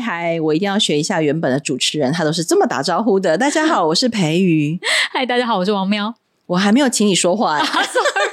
嗨，我一定要学一下原本的主持人，他都是这么打招呼的。大家好，我是培瑜。 嗨，大家好，我是王喵。 我还没有请你说话 sorry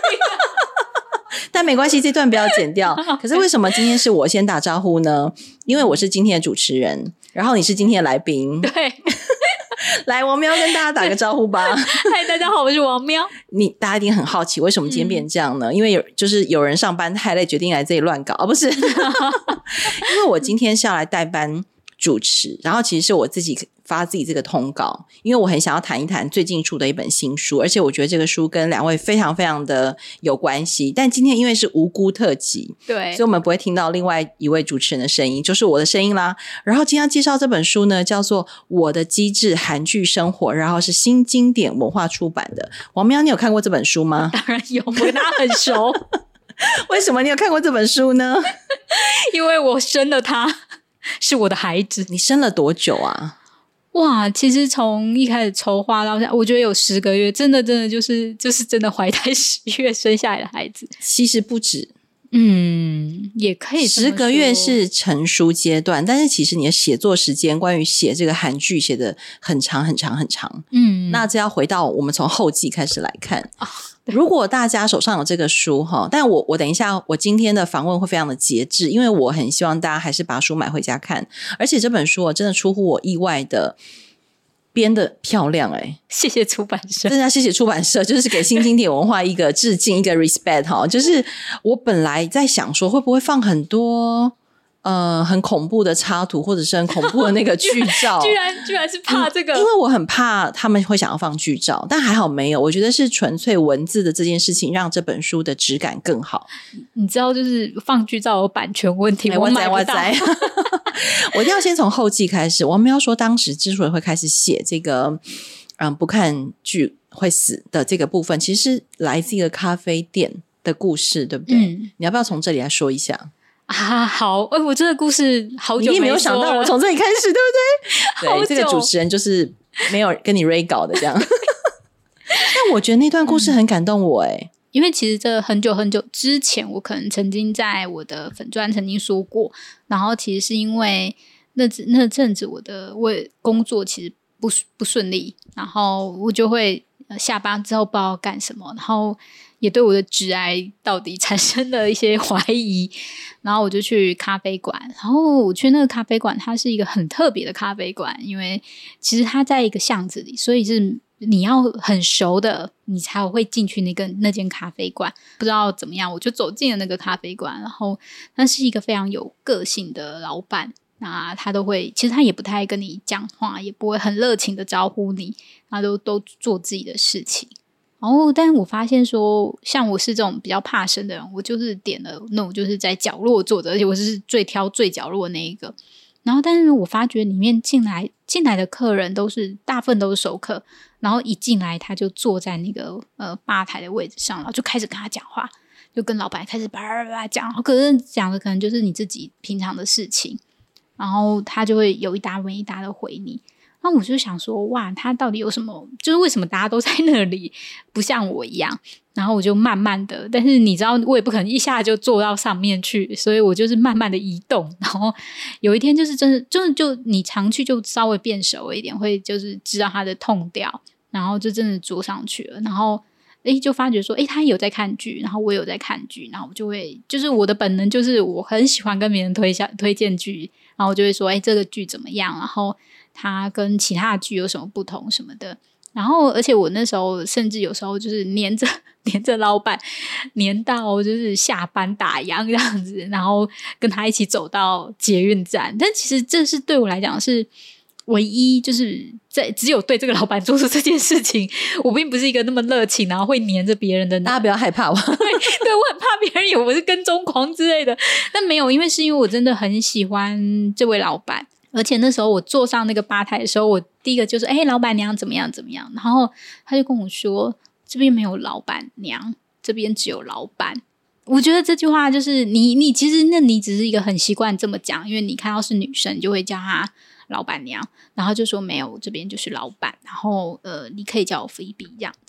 但没关系，这段不要剪掉。可是为什么今天是我先打招呼呢？因为我是今天的主持人，然后你是今天的来宾。 对来，王喵跟大家打个招呼吧。 嗨，大家好，我是王喵。 大家一定很好奇为什么今天变这样呢？因为有人上班太累，决定来这里乱搞。不是因为我今天是要来代班主持，然后其实是我自己发自己这个通稿，因为我很想要谈一谈最近出的一本新书，而且我觉得这个书跟两位非常非常的有关系。但今天因为是无辜特辑， 对， 所以我们不会听到另外一位主持人的声音，就是我的声音啦。然后今天要介绍这本书呢，叫做《我的机智韩剧生活》，然后是新经典文化出版的。王喵，你有看过这本书吗？ 当然有，我跟他很熟。 为什么你有看过这本书呢？ 因为我生了他，是我的孩子。 你生了多久啊？ 哇，其实从一开始筹划到现在，我觉得有10个月，真的就是真的怀胎10月生下来的孩子。 其实不止， 也可以这么说。 10个月是成熟阶段，但是其实你的写作时间，关于写这个韩剧写的很长很长很长。那这要回到我们从后记开始来看。如果大家手上有这个书但我等一下我今天的访问会非常的节制，因为我很希望大家还是把书买回家看，而且这本书真的出乎我意外的编得漂亮。 谢谢出版社， 真的要谢谢出版社，就是给新经典文化一个致敬，一个 respect 就是我本来在想说会不会放很多很恐怖的插图，或者是很恐怖的那个剧照居然是怕这个。 因为我很怕他们会想要放剧照，但还好没有。我觉得是纯粹文字的这件事情让这本书的质感更好。 你知道就是放剧照有版权问题，我买不到。 我一定要先从后记开始。我们要说当时之所以会开始写这个不看剧会死的这个部分，其实是来自一个咖啡店的故事，对不对？你要不要从这里来说一下啊？好，我这个故事好久你也没有想到我从这里开始，对不对？对，这个主持人就是没有跟你 re 稿的这样。但我觉得那段故事很感动我因为其实这很久很久之前，我可能曾经在我的粉专曾经说过，然后其实是因为那阵子我工作其实不顺利，然后我就会下班之后不知道干什么，然后也对我的职涯到底产生了一些怀疑，然后我就去咖啡馆，然后我去那个咖啡馆，它是一个很特别的咖啡馆，因为其实它在一个巷子里，所以是你要很熟的你才会进去那间咖啡馆。不知道怎么样我就走进了那个咖啡馆，然后那是一个非常有个性的老板，那他都会，其实他也不太跟你讲话，也不会很热情的招呼你，他都做自己的事情。然后但是我发现说像我是这种比较怕生的人，我就是点了那种就是在角落坐着，而且我是挑最角落的那一个。然后但是我发觉里面进来的客人大部分都是熟客，然后一进来他就坐在那个吧台的位置上，然后就开始跟他讲话，就跟老板开始叭叭叭讲，可是讲的可能就是你自己平常的事情，然后他就会有一搭没一搭的回你。那我就想说哇，他到底有什么，就是为什么大家都在那里不像我一样。然后我就慢慢的，但是你知道我也不可能一下就坐到上面去，所以我就是慢慢的移动。然后有一天就是真的就你常去就稍微变熟一点，会就是知道他的痛调，然后就真的坐上去了。然后就发觉说他有在看剧，然后我有在看剧，然后我就会就是我的本能就是我很喜欢跟别人推荐剧，然后我就会说这个剧怎么样，然后它跟其他的剧有什么不同什么的。然后而且我那时候甚至有时候就是黏着老板，黏到就是下班打烊这样子，然后跟他一起走到捷运站。但其实这是对我来讲是唯一，就是只有对这个老板做出这件事情，我并不是一个那么热情然后会黏着别人的人。 大家不要害怕我对，我很怕别人以为我是跟踪狂之类的，但没有，因为我真的很喜欢这位老板。而且那时候我坐上那个吧台的时候，我第一个就说老板娘怎么样怎么样，然后他就跟我说这边没有老板娘，这边只有老板。我觉得这句话就是你其实你只是一个很习惯这么讲，因为你看到是女生你就会叫她老板娘，然后就说没有，这边就是老板，然后你可以叫我菲比这样子。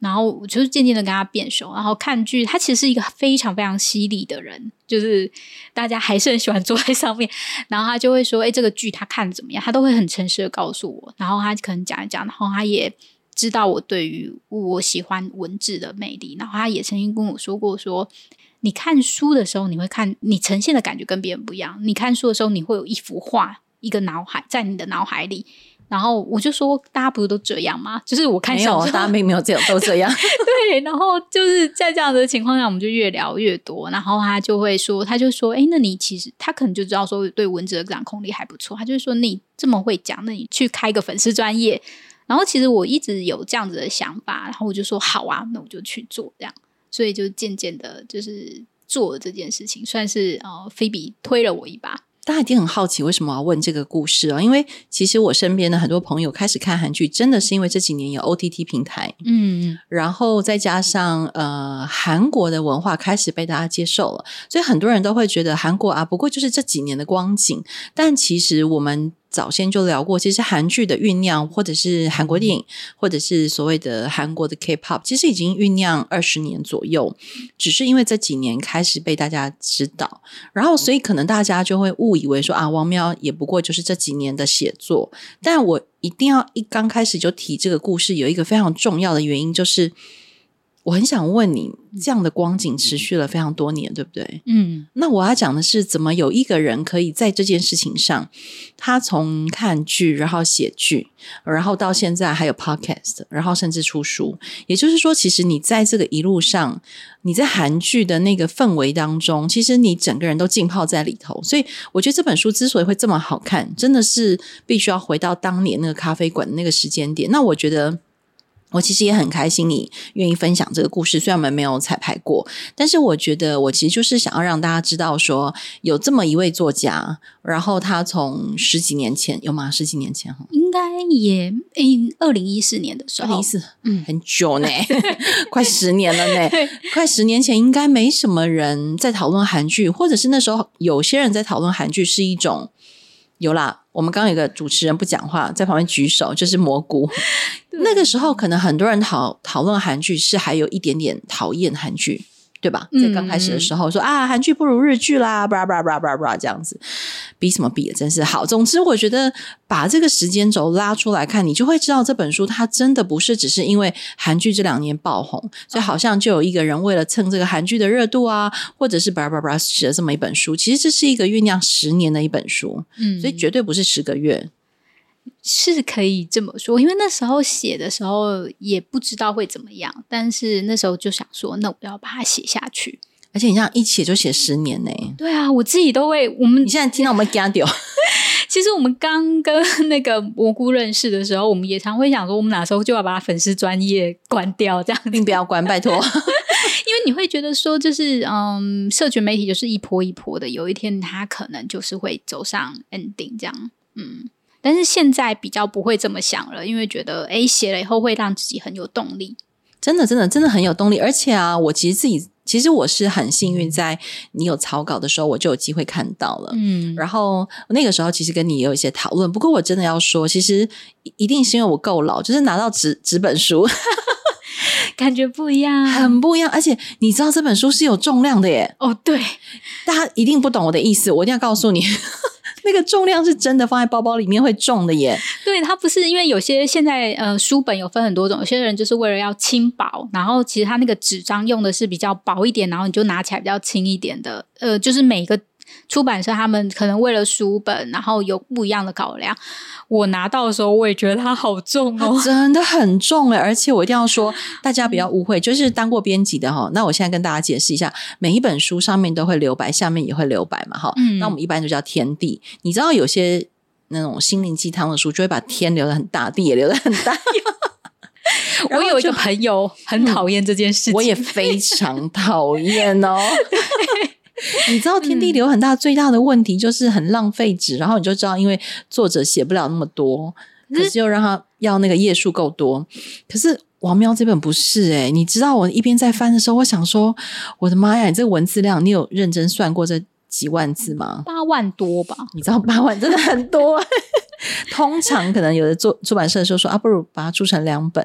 然后我就是渐渐的跟他变熟，然后看剧他其实是一个非常非常犀利的人，就是大家还是很喜欢坐在上面，然后他就会说这个剧他看得怎么样，他都会很诚实的告诉我，然后他可能讲一讲，然后他也知道我对于我喜欢文字的魅力，然后他也曾经跟我说过说，你看书的时候你会看你呈现的感觉跟别人不一样，你看书的时候你会有一幅画，一个脑海在你的脑海里，然后我就说大家不是都这样吗？就是我看小说没有，大家并没有都这样对，然后就是在这样的情况下我们就越聊越多，然后他就说那你其实他可能就知道说对文字的掌控力还不错，他就说你这么会讲，那你去开个粉丝专页。然后其实我一直有这样子的想法，然后我就说好啊，那我就去做这样，所以就渐渐的就是做了这件事情，算是菲比推了我一把。 大家一定很好奇为什么我要问这个故事因为其实我身边的很多朋友开始看韩剧真的是因为这几年有 OTT 平台，然后再加上韩国的文化开始被大家接受了，所以很多人都会觉得韩国不过就是这几年的光景，但其实我们早先就聊过，其实韩剧的酝酿或者是韩国电影或者是所谓的韩国的 K-pop 其实已经酝酿20年左右，只是因为这几年开始被大家知道，然后所以可能大家就会误以为说王喵也不过就是这几年的写作，但我一定要刚开始就提这个故事有一个非常重要的原因，就是我很想问你，这样的光景持续了非常多年，对不对？那我要讲的是怎么有一个人可以在这件事情上，他从看剧然后写剧，然后到现在还有 podcast， 然后甚至出书，也就是说其实你在这个一路上，你在韩剧的那个氛围当中，其实你整个人都浸泡在里头，所以我觉得这本书之所以会这么好看，真的是必须要回到当年那个咖啡馆的那个时间点。那我觉得我其实也很开心你愿意分享这个故事，虽然我们没有彩排过，但是我觉得我其实就是想要让大家知道说有这么一位作家，然后他从10几年前，有吗？10几年前应该也2014年的时候 ，2014很久呢快10年了呢快10年前应该没什么人在讨论韩剧，或者是那时候有些人在讨论韩剧是一种有啦，我们刚刚有个主持人不讲话在旁边举手，就是蘑菇那个时候可能很多人讨论韩剧是还有一点点讨厌韩剧，对吧？在刚开始的时候说韩剧不如日剧啦 blah blah blah blah blah 这样子，比什么比真是好。总之我觉得把这个时间轴拉出来看，你就会知道这本书它真的不是只是因为韩剧这2年爆红，所以好像就有一个人为了蹭这个韩剧的热度或者是 blah blah blah 写了这么一本书，其实这是一个酝酿10年的一本书，所以绝对不是10个月。 是可以这么说，因为那时候写的时候也不知道会怎么样，但是那时候就想说那我要把它写下去， 而且你这样一写就写10年呢。 对啊，我自己都会你现在听到我们惊掉其实我们刚跟那个蘑菇认识的时候，我们也常会想说我们哪时候就要把粉丝专页关掉这样子， 并不要关拜托因为你会觉得说就是社群媒体就是一波一波的，有一天它可能就是会走上 ending 这样但是现在比较不会这么想了，因为觉得写了以后会让自己很有动力， 真的很有动力。而且我其实我是很幸运，在你有草稿的时候我就有机会看到了然后那个时候其实跟你也有一些讨论，不过我真的要说其实一定是因为我够老，就是拿到纸本书感觉不一样， 很不一样。而且你知道这本书是有重量的耶。 对， 大家一定不懂我的意思，我一定要告诉你那个重量是真的放在包包里面会重的耶。 对，它不是因为有些现在书本有分很多种，有些人就是为了要轻薄，然后其实它那个纸张用的是比较薄一点，然后你就拿起来比较轻一点的就是每个出版社他们可能为了书本然后有不一样的考量。我拿到的时候我也觉得它好重它真的很重而且我一定要说大家不要误会，就是当过编辑的那我现在跟大家解释一下，每一本书上面都会留白，下面也会留白嘛那我们一般就叫天地。你知道有些那种心灵鸡汤的书就会把天留得很大，地也留得很大我有一个朋友很讨厌这件事情， 我也非常讨厌你知道天地流很大最大的问题就是很浪费纸，然后你就知道因为作者写不了那么多，可是又让他要那个页数够多。可是王喵这本不是你知道我一边在翻的时候我想说我的妈呀，你这个文字量你有认真算过这几万字吗 ？8万多吧。 你知道8万真的很多通常可能有的出版社说不如把它出成2本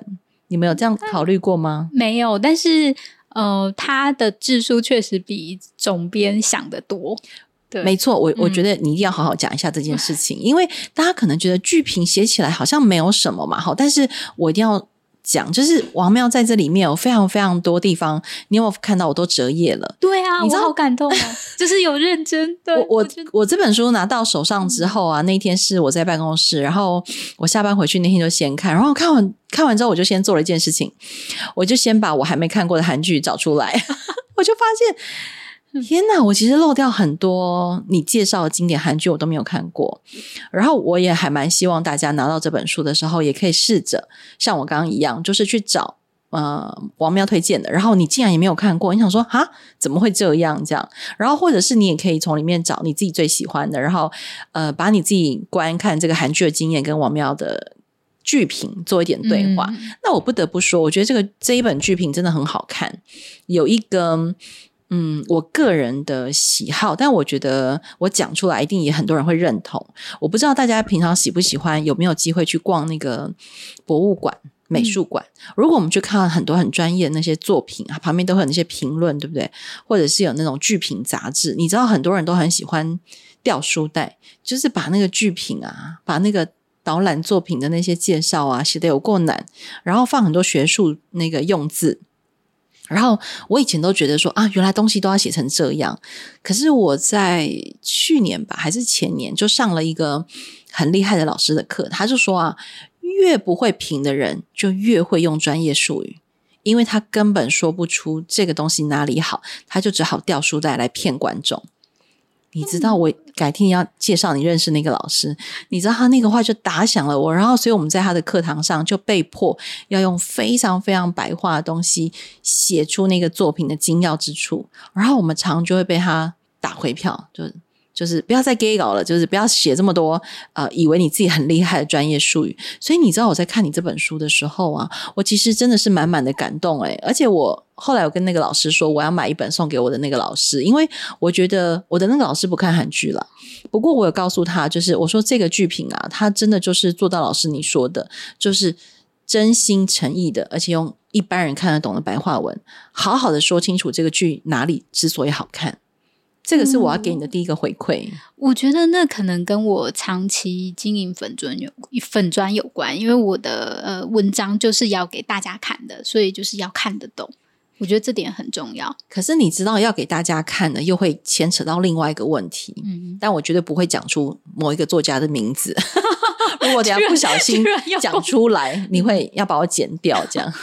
你们有这样考虑过吗？ 没有，但是它的字数确实比总编想的多。对， 没错，我觉得你一定要好好讲一下这件事情，因为大家可能觉得剧评写起来好像没有什么嘛，好，但是我一定要讲，就是王喵在这里面有非常非常多地方，你有没有看到我都折页了？ 对啊，我好感动哦，就是有认真。对， 我这本书拿到手上之后啊，那天是我在办公室，然后我下班回去那天就先看，然后看完之后我就先做了一件事情，我就先把我还没看过的韩剧找出来，我就发现。天哪，我其实漏掉很多你介绍的经典韩剧我都没有看过，然后我也还蛮希望大家拿到这本书的时候也可以试着像我刚刚一样，就是去找王喵推荐的，然后你竟然也没有看过，你想说哈怎么会这样，然后或者是你也可以从里面找你自己最喜欢的，然后把你自己观看这个韩剧的经验跟王喵的剧评做一点对话。那我不得不说，我觉得这一本剧评真的很好看，有一个我个人的喜好，但我觉得我讲出来一定也很多人会认同。我不知道大家平常喜不喜欢，有没有机会去逛那个博物馆、美术馆。如果我们去看很多很专业的那些作品啊，旁边都会有那些评论，对不对？或者是有那种剧评杂志，你知道很多人都很喜欢吊书袋，就是把那个剧评啊，把那个导览作品的那些介绍啊写得有够难，然后放很多学术那个用字。然后我以前都觉得说啊，原来东西都要写成这样。可是我在去年吧，还是前年，就上了一个很厉害的老师的课，他就说啊，越不会评的人就越会用专业术语，因为他根本说不出这个东西哪里好，他就只好吊书袋来骗观众。你知道我改天要介绍你认识那个老师，你知道他那个话就打响了我，然后所以我们在他的课堂上就被迫要用非常非常白话的东西写出那个作品的精要之处，然后我们常就会被他打回票，就是不要再 gay 搞了，就是不要写这么多以为你自己很厉害的专业术语。所以你知道我在看你这本书的时候啊，我其实真的是满满的感动而且我后来有跟那个老师说我要买一本送给我的那个老师，因为我觉得我的那个老师不看韩剧啦，不过我有告诉他，就是我说这个剧评啊，他真的就是做到老师你说的，就是真心诚意的，而且用一般人看得懂的白话文好好的说清楚这个剧哪里之所以好看。这个是我要给你的第一个回馈。 我觉得那可能跟我长期经营粉专有关，因为我的文章就是要给大家看的，所以就是要看得懂，我觉得这点很重要。 可是你知道要给大家看的又会牵扯到另外一个问题，但我绝对不会讲出某一个作家的名字如果等一下不小心讲出来你会要把我剪掉这样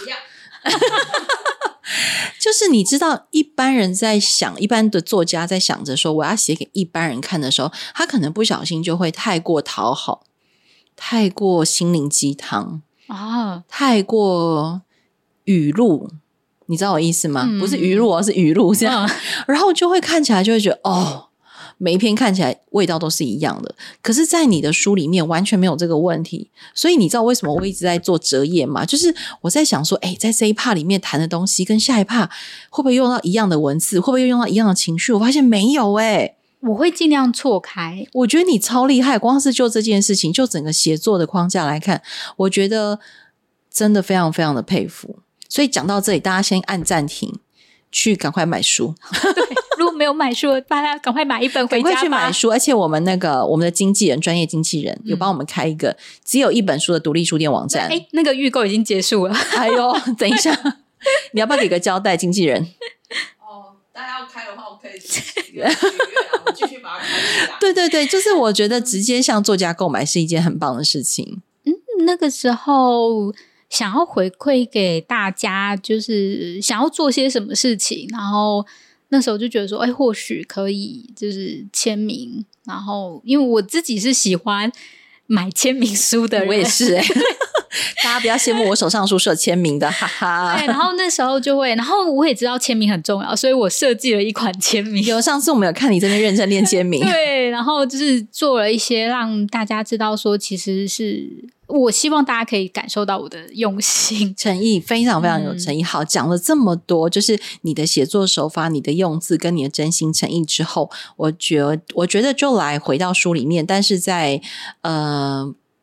就是你知道一般人在想，一般的作家在想着说我要写给一般人看的时候，他可能不小心就会太过讨好，太过心灵鸡汤太过语录，你知道我意思吗？不是语录是语录这样然后就会看起来就会觉得每一篇看起来味道都是一样的，可是在你的书里面完全没有这个问题。所以你知道为什么我一直在做折页吗？就是我在想说在这一 part 里面谈的东西跟下一 part 会不会用到一样的文字，会不会用到一样的情绪，我发现没有我会尽量错开。 我觉得你超厉害，光是就这件事情，就整个写作的框架来看，我觉得真的非常非常的佩服。所以讲到这里，大家先按暂停，去赶快买书对，如果没有买书，大家赶快买一本回家吧， 赶快去买书。而且我们的经纪人，专业经纪人有帮我们开一个只有一本书的独立书店网站。 那个预购已经结束了哎呦等一下你要不要给个交代，经纪人？ 大家要开的话我可以许愿我继续把它开起来。 对对对，就是我觉得直接向作家购买是一件很棒的事情。 那个时候想要回馈给大家，就是想要做些什么事情，然后那时候就觉得说或许可以就是签名，然后因为我自己是喜欢买签名书的人， 我也是大家不要羡慕我手上的书是有签名的哈哈。 对，然后那时候就会，然后我也知道签名很重要，所以我设计了一款签名。 有上次我们有看你这边认真练签名对，然后就是做了一些让大家知道说其实是我希望大家可以感受到我的用心诚意，非常非常有诚意。好，讲了这么多，就是你的写作手法，你的用字跟你的真心诚意之后，我觉得就来回到书里面，但是在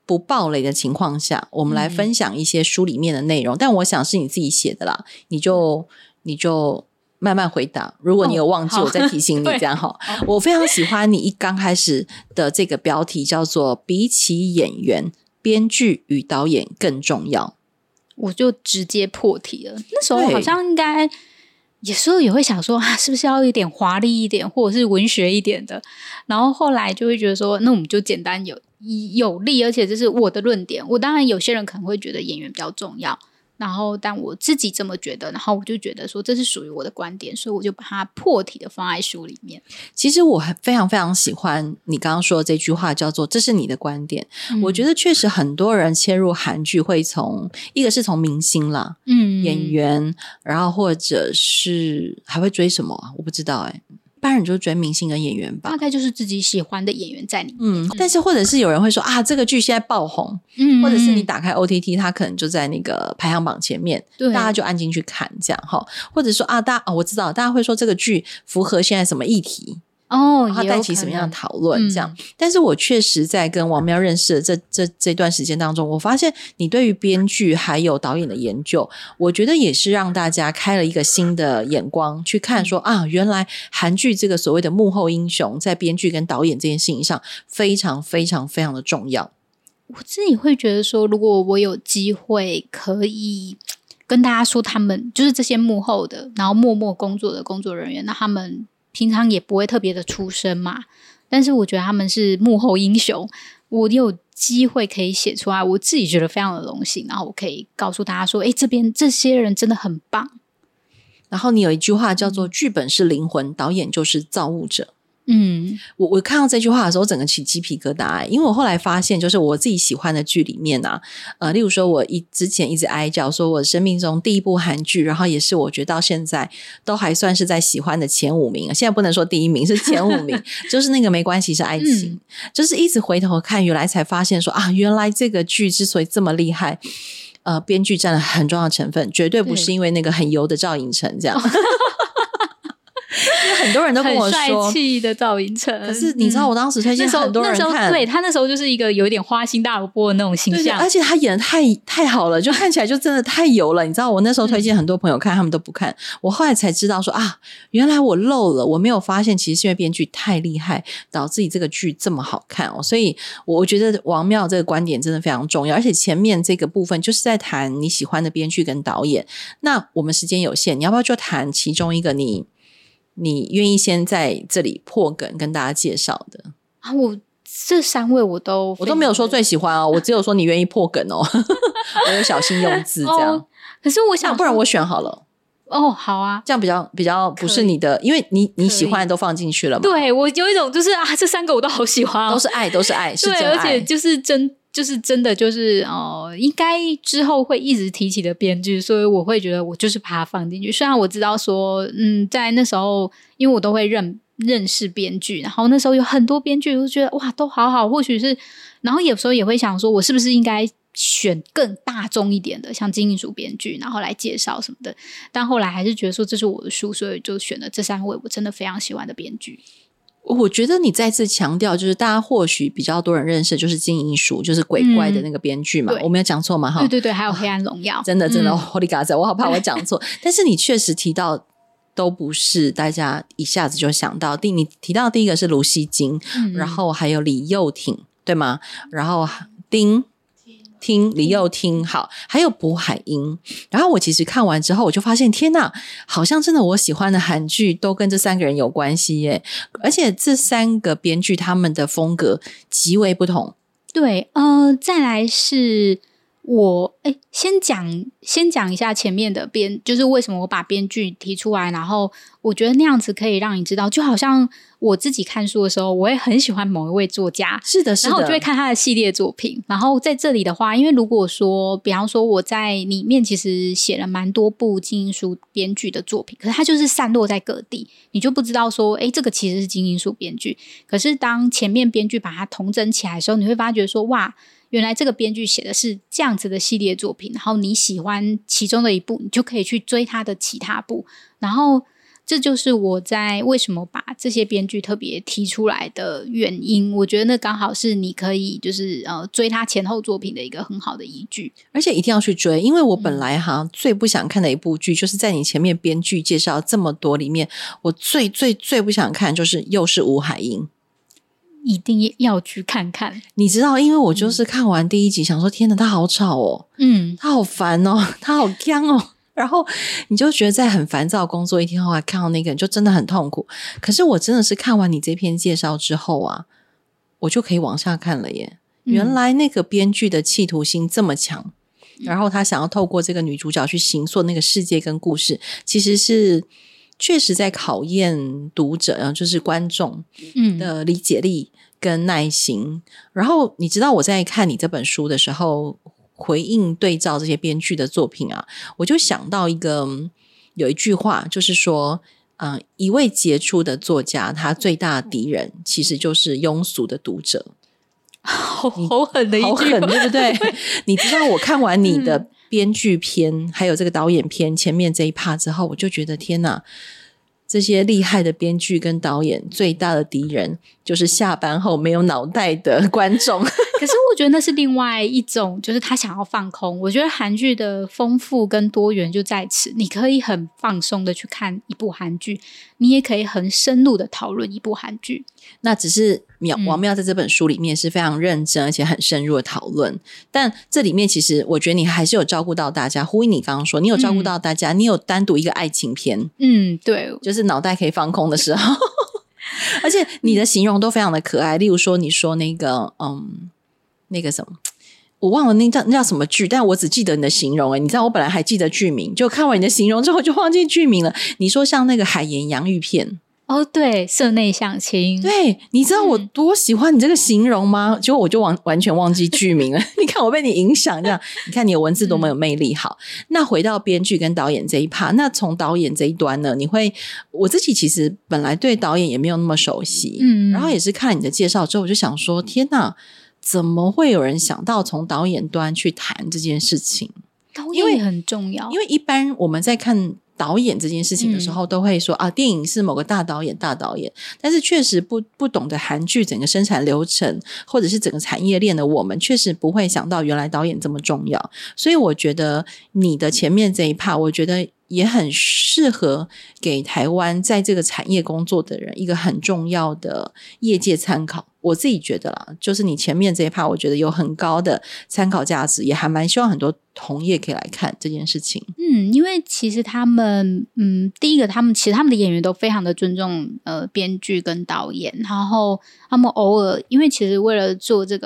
不爆雷的情况下，我们来分享一些书里面的内容，但我想是你自己写的啦，你就慢慢回答，如果你有忘记我再提醒你，这样好。我非常喜欢你一刚开始的这个标题叫做比起演员，编剧与导演更重要， 我就直接破题了。那时候好像应该有时候也会想说是不是要一点华丽一点或者是文学一点的，然后后来就会觉得说那我们就简单有力，而且这是我的论点。我当然有些人可能会觉得演员比较重要，然后但我自己这么觉得，然后我就觉得说这是属于我的观点，所以我就把它破题的放在书里面。 其实我非常非常喜欢你刚刚说的这句话，叫做这是你的观点。我觉得确实很多人切入韩剧会从一个是从明星啦，演员，然后或者是还会追什么啊？我不知道一般人就追明星跟演员吧， 大概就是自己喜欢的演员在里面。 但是或者是有人会说这个剧现在爆红，或者是你打开 OTT 它可能就在那个排行榜前面，大家就按进去看这样或者说我知道大家会说这个剧符合现在什么议题它带起什么样的讨论这样。但是我确实在跟王喵认识的这段时间当中，我发现你对于编剧还有导演的研究，我觉得也是让大家开了一个新的眼光去看说原来韩剧这个所谓的幕后英雄在编剧跟导演这件事情上非常非常非常的重要。 我自己会觉得说如果我有机会可以跟大家说他们就是这些幕后的然后默默工作的工作人员，那他们平常也不会特别的出声嘛，但是我觉得他们是幕后英雄，我有机会可以写出来，我自己觉得非常的荣幸，然后我可以告诉大家说这边这些人真的很棒。 然后你有一句话叫做剧本是灵魂，导演就是造物者。我看到这句话的时候整个起鸡皮疙瘩因为我后来发现就是我自己喜欢的剧里面例如说我之前一直哀叫说我生命中第一部韩剧，然后也是我觉得到现在都还算是在喜欢的前5名，现在不能说第1名是前5名就是那个没关系是爱情就是一直回头看原来才发现说原来这个剧之所以这么厉害编剧占了很重要的成分，绝对不是因为那个很油的赵寅成这样因为很多人都跟我说很帅气的赵寅成， 可是你知道我当时推荐很多人看， 对他那时候就是一个有点花心大萝卜的那种形象， 而且他演的太好了，就看起来就真的太油了你知道我那时候推荐很多朋友看他们都不看，我后来才知道说原来我漏了，我没有发现其实是因为编剧太厉害导致这个剧这么好看所以我觉得王妙这个观点真的非常重要，而且前面这个部分就是在谈你喜欢的编剧跟导演，那我们时间有限，你要不要就谈其中一个你愿意先在这里破梗跟大家介绍的我这3位我都没有说最喜欢我只有说你愿意破梗我有小心用字这样可是我想不然我选好了好啊， 这样比较不是你的，因为你喜欢的都放进去了嘛。 对，我有一种就是这3个我都好喜欢都是爱是真爱， 对，而且就是真的就是应该之后会一直提起的编剧，所以我会觉得我就是把它放进去。虽然我知道说在那时候因为我都会认识编剧，然后那时候有很多编剧我就觉得哇都好好，或许是然后有时候也会想说我是不是应该选更大众一点的像金银鼠编剧然后来介绍什么的，但后来还是觉得说这是我的书，所以就选了这3位我真的非常喜欢的编剧。 我觉得你再次强调就是大家或许比较多人认识就是金银鼠就是鬼怪的那个编剧嘛我没有讲错嘛对，还有黑暗荣耀真的Holy God 我好怕我讲错但是你确实提到都不是大家一下子就想到你提到第一个是卢熙京然后还有李幼廷对吗，然后李幼廷好，还有卜海英。然后我其实看完之后我就发现天哪，好像真的我喜欢的韩剧都跟这3个人有关系耶，而且这3个编剧他们的风格极为不同。 对再来是我先讲一下前面的就是为什么我把编剧提出来，然后我觉得那样子可以让你知道，就好像我自己看书的时候我也很喜欢某一位作家， 是的然后我就会看他的系列作品，然后在这里的话因为如果说比方说我在里面其实写了蛮多部金银鼠编剧的作品，可是它就是散落在各地，你就不知道说这个其实是金银鼠编剧，可是当前面编剧把它统整起来的时候，你会发觉说哇原来这个编剧写的是这样子的系列作品，然后你喜欢其中的一部你就可以去追他的其他部，然后这就是我在为什么把这些编剧特别提出来的原因。我觉得那刚好是你可以就是追他前后作品的一个很好的依据， 而且一定要去追，因为我本来最不想看的一部剧，就是在你前面编剧介绍这么多里面，我最不想看就是又是吴海英。 一定要去看看。 你知道，因为我就是看完第一集想说天哪他好吵哦，他好烦哦，他好僵哦，然后你就觉得在很烦躁的工作一天后来看到那个人就真的很痛苦。可是我真的是看完你这篇介绍之后啊，我就可以往下看了耶。原来那个编剧的企图心这么强，然后他想要透过这个女主角去形塑那个世界跟故事，其实是确实在考验读者，就是观众的理解力跟耐心。然后你知道我在看你这本书的时候，回应对照这些编剧的作品啊，我就想到有一句话，就是说一位杰出的作家，他最大的敌人其实就是庸俗的读者。 好狠的一句话， 好狠对不对？你知道我看完你的编剧篇还有这个导演篇前面这一 part 之后，我就觉得天哪，这些厉害的编剧跟导演最大的敌人就是下班后没有脑袋的观众。 可是我觉得那是另外一种，就是他想要放空。我觉得韩剧的丰富跟多元就在此，你可以很放松的去看一部韩剧，你也可以很深入的讨论一部韩剧。 那只是王妙在这本书里面是非常认真而且很深入的讨论，但这里面其实我觉得你还是有照顾到大家，呼应你刚刚说你有照顾到大家，你有单独一个爱情片， 对， 就是脑袋可以放空的时候。而且你的形容都非常的可爱，例如说你说那个那个什么我忘了那叫什么剧，但我只记得你的形容。你知道我本来还记得剧名，就看完你的形容之后就忘记剧名了。你说像那个海盐洋芋片， 对，社内相亲。 对，你知道我多喜欢你这个形容吗？结果我就完全忘记剧名了。你看我被你影响这样，你看你的文字多么有魅力。好，那回到编剧跟导演这一 part， 那从导演这一端呢，我自己其实本来对导演也没有那么熟悉，然后也是看了你的介绍之后，我就想说天哪，怎么会有人想到从导演端去谈这件事情？ 导演很重要， 因为一般我们在看导演这件事情的时候都会说电影是某个大导演，但是确实不懂得韩剧整个生产流程或者是整个产业链的我们确实不会想到原来导演这么重要。所以我觉得你的前面这一 part 我觉得也很适合给台湾在这个产业工作的人一个很重要的业界参考。我自己觉得啦，就是你前面这一 part 我觉得有很高的参考价值，也还蛮希望很多同业可以来看这件事情。 因为其实他们第一个他们的演员都非常的尊重编剧跟导演，然后他们偶尔因为其实为了做这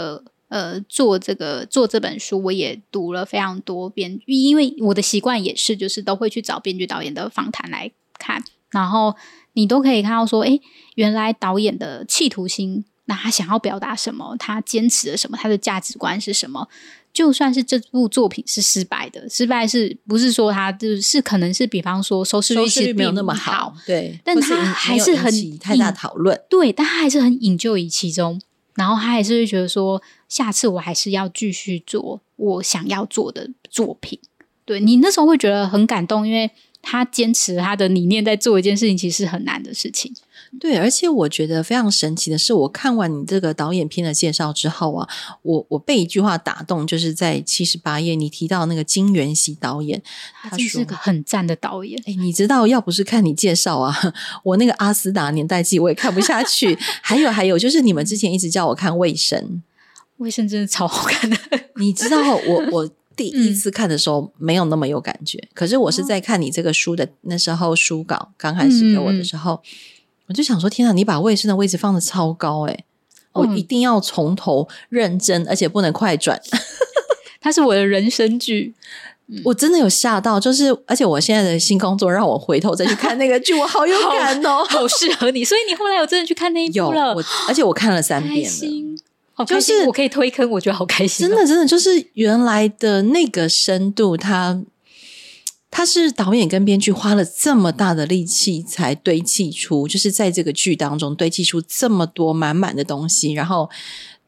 本书，我也读了非常多编剧，因为我的习惯也是就是都会去找编剧导演的访谈来看，然后你都可以看到说原来导演的企图心，那他想要表达什么，他坚持了什么，他的价值观是什么。就算是这部作品是失败的，失败是不是说他就是可能是比方说收视率没有那么好，对， 但他还是很引起太大讨论， 对，但他还是很enjoy其中，然后他还是会觉得说下次我还是要继续做我想要做的作品。对，你那时候会觉得很感动，因为他坚持他的理念在做一件事情，其实是很难的事情。 对，而且我觉得非常神奇的是，我看完你这个导演片的介绍之后啊，我被一句话打动，就是在78页你提到那个金元熙导演， 他真是个很赞的导演。 你知道要不是看你介绍啊，我那个阿斯达年代记我也看不下去。还有就是你们之前一直叫我看卫生真的超好看的。 你知道我第一次看的时候没有那么有感觉，可是我是在看你这个书的那时候书稿刚开始给我的时候，我就想说天啊，你把卫生的位置放得超高我一定要从头认真，而且不能快转。 它是我的人生剧。 我真的有吓到，就是而且我现在的新工作让我回头再去看那个剧，我好有感好适合你。所以你后来有真的去看那一部了？ 而且我看了3遍了。 好开心，就是我可以推坑，我觉得好开心。 真的就是原来的那个深度，他是导演跟编剧花了这么大的力气才堆砌出，就是在这个剧当中堆砌出这么多满满的东西，然后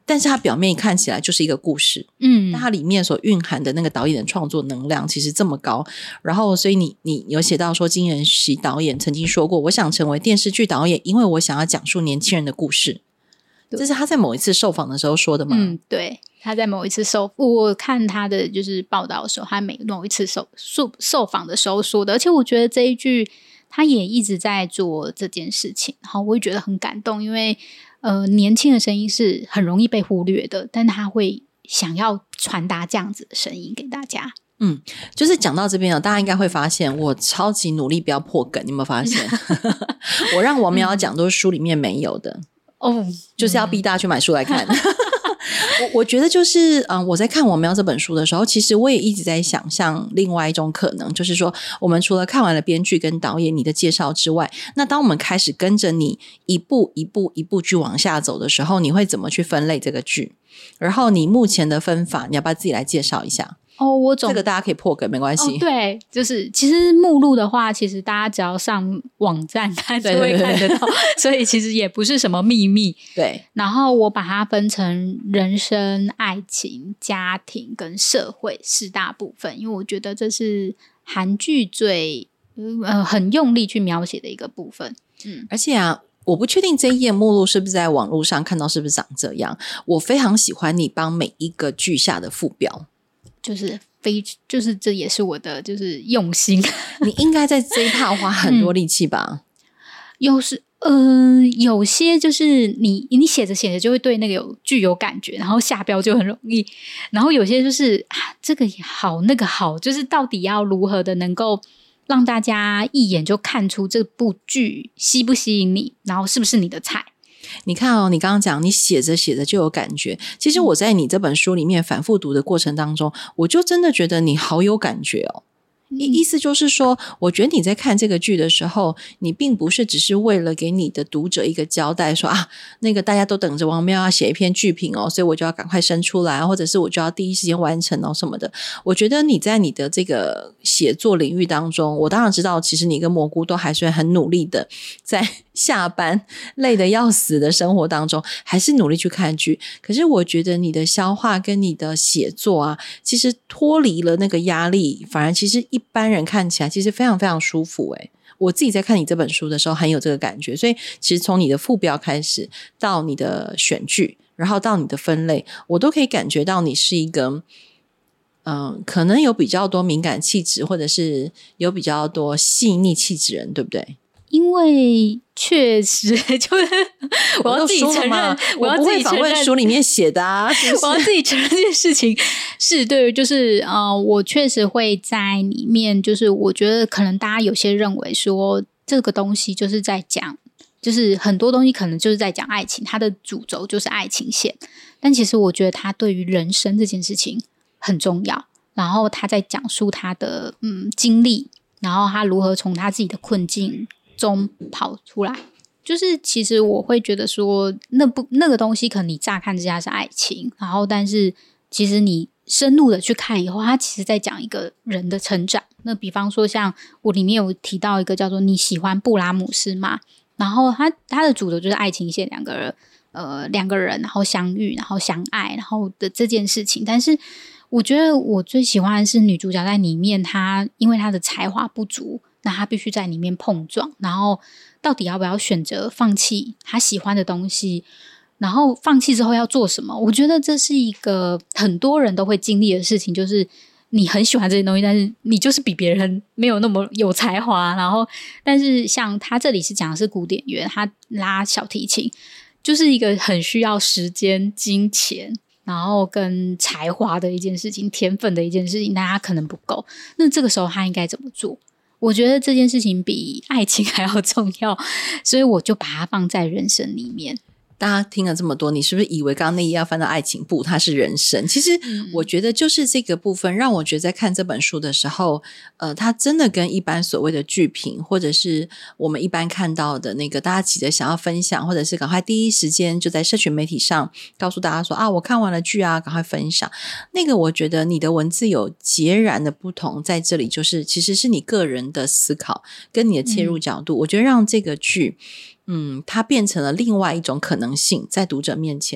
但是它表面看起来就是一个故事，但它里面所蕴含的那个导演的创作能量其实这么高。然后所以你有写到说金仁喜导演曾经说过，我想成为电视剧导演，因为我想要讲述年轻人的故事。这是他在某一次受访的时候说的吗？ 对，他在某一次我看他的就是报道的时候，他某一次受访的时候说的。而且我觉得这一句他也一直在做这件事情，然后我也觉得很感动，因为年轻的声音是很容易被忽略的，但他会想要传达这样子的声音给大家。 就是讲到这边大家应该会发现我超级努力不要破梗，你有没有发现？我让王苗讲都是书里面没有的就是要逼大家去买书来看。我觉得就是我在看王苗这本书的时候，其实我也一直在想象另外一种可能，就是说我们除了看完了编剧跟导演你的介绍之外，那当我们开始跟着你一步一步一步剧往下走的时候，你会怎么去分类这个剧？然后你目前的分法你要不要自己来介绍一下？ 我这个大家可以破梗没关系。 对，就是其实目录的话，其实大家只要上网站看就会看得到，所以其实也不是什么秘密。 对， 然后我把它分成人生、爱情、家庭跟社会4大部分，因为我觉得这是韩剧最很用力去描写的一个部分。 而且我不确定这一页目录是不是在网络上看到是不是长这样。我非常喜欢你帮每一个剧下的副标，就是这也是我的就是用心。 你应该在这一趴花很多力气吧？ 有些就是你写着写着就会对那个剧有感觉，然后下标就很容易。然后有些就是这个好那个好，就是到底要如何的能够让大家一眼就看出这部剧吸不吸引你，然后是不是你的菜。 你看你刚刚讲你写着写着就有感觉，其实我在你这本书里面反复读的过程当中，我就真的觉得你好有感觉意思就是说，我觉得你在看这个剧的时候，你并不是只是为了给你的读者一个交代说那个大家都等着王苗要写一篇剧评所以我就要赶快生出来，或者是我就要第一时间完成什么的。我觉得你在你的这个写作领域当中，我当然知道其实你跟蘑菇都还是很努力的，在下班累得要死的生活当中还是努力去看剧。可是我觉得你的消化跟你的写作其实脱离了那个压力，反而其实一般人看起来其实非常非常舒服我自己在看你这本书的时候很有这个感觉。所以其实从你的副标开始到你的选剧，然后到你的分类，我都可以感觉到你是一个可能有比较多敏感气质，或者是有比较多细腻气质人，对不对？ 因为确实就是我要自己承认， 我不会访问书里面写的是不是？ 我要自己承认这件事情是对，就是我确实会在里面，就是我觉得可能大家有些认为说这个东西就是在讲，就是很多东西可能就是在讲爱情，它的主轴就是爱情线，但其实我觉得它对于人生这件事情很重要，然后他在讲述他的经历，然后他如何从他自己的困境中跑出来。就是其实我会觉得说那个东西可能你乍看之下是爱情，然后但是其实你深入的去看以后，它其实在讲一个人的成长。那比方说像我里面有提到一个叫做你喜欢布拉姆斯吗，然后他的主轴就是爱情线，两个人然后相遇然后相爱然后的这件事情。但是我觉得我最喜欢的是女主角在里面，她因为她的才华不足，那她必须在里面碰撞，然后到底要不要选择放弃她喜欢的东西，然后放弃之后要做什么。我觉得这是一个很多人都会经历的事情，就是你很喜欢这些东西，但是你就是比别人没有那么有才华，然后但是像他这里是讲的是古典乐，他拉小提琴就是一个很需要时间金钱然后跟才华的一件事情，天分的一件事情，但他可能不够，那这个时候他应该怎么做？我觉得这件事情比爱情还要重要，所以我就把它放在人生里面。 大家听了这么多，你是不是以为刚刚那一页要翻到爱情部它是人生？其实我觉得就是这个部分让我觉得在看这本书的时候它真的跟一般所谓的剧评或者是我们一般看到的那个大家急着想要分享，或者是赶快第一时间就在社群媒体上告诉大家说我看完了剧赶快分享，那个我觉得你的文字有截然的不同，在这里就是其实是你个人的思考跟你的切入角度我觉得让这个剧它变成了另外一种可能性在读者面前。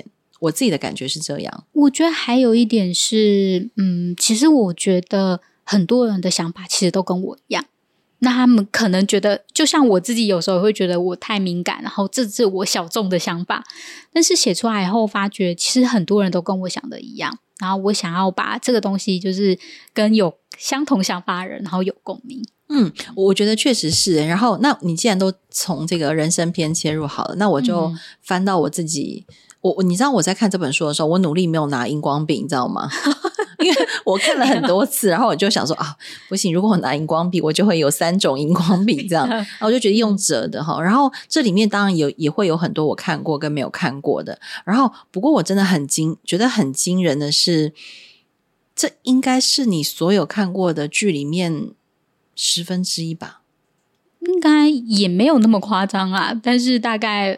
我自己的感觉是这样。 我觉得还有一点是其实我觉得很多人的想法其实都跟我一样，那他们可能觉得就像我自己有时候会觉得我太敏感，然后这是我小众的想法，但是写出来以后发觉其实很多人都跟我想的一样，然后我想要把这个东西就是跟有相同想法的人然后有共鸣。 我觉得确实是。然后那你既然都从这个人生篇切入好了，那我就翻到我自己，你知道我在看这本书的时候，我努力没有拿荧光笔，你知道吗？因为我看了很多次，然后我就想说不行，如果我拿荧光笔我就会有3种荧光笔这样，然后我就觉得用折的哈。然后这里面当然也会有很多我看过跟没有看过的，然后不过我真的觉得很惊人的是，这应该是你所有看过的剧里面1/10吧？ 应该也没有那么夸张啦，但是大概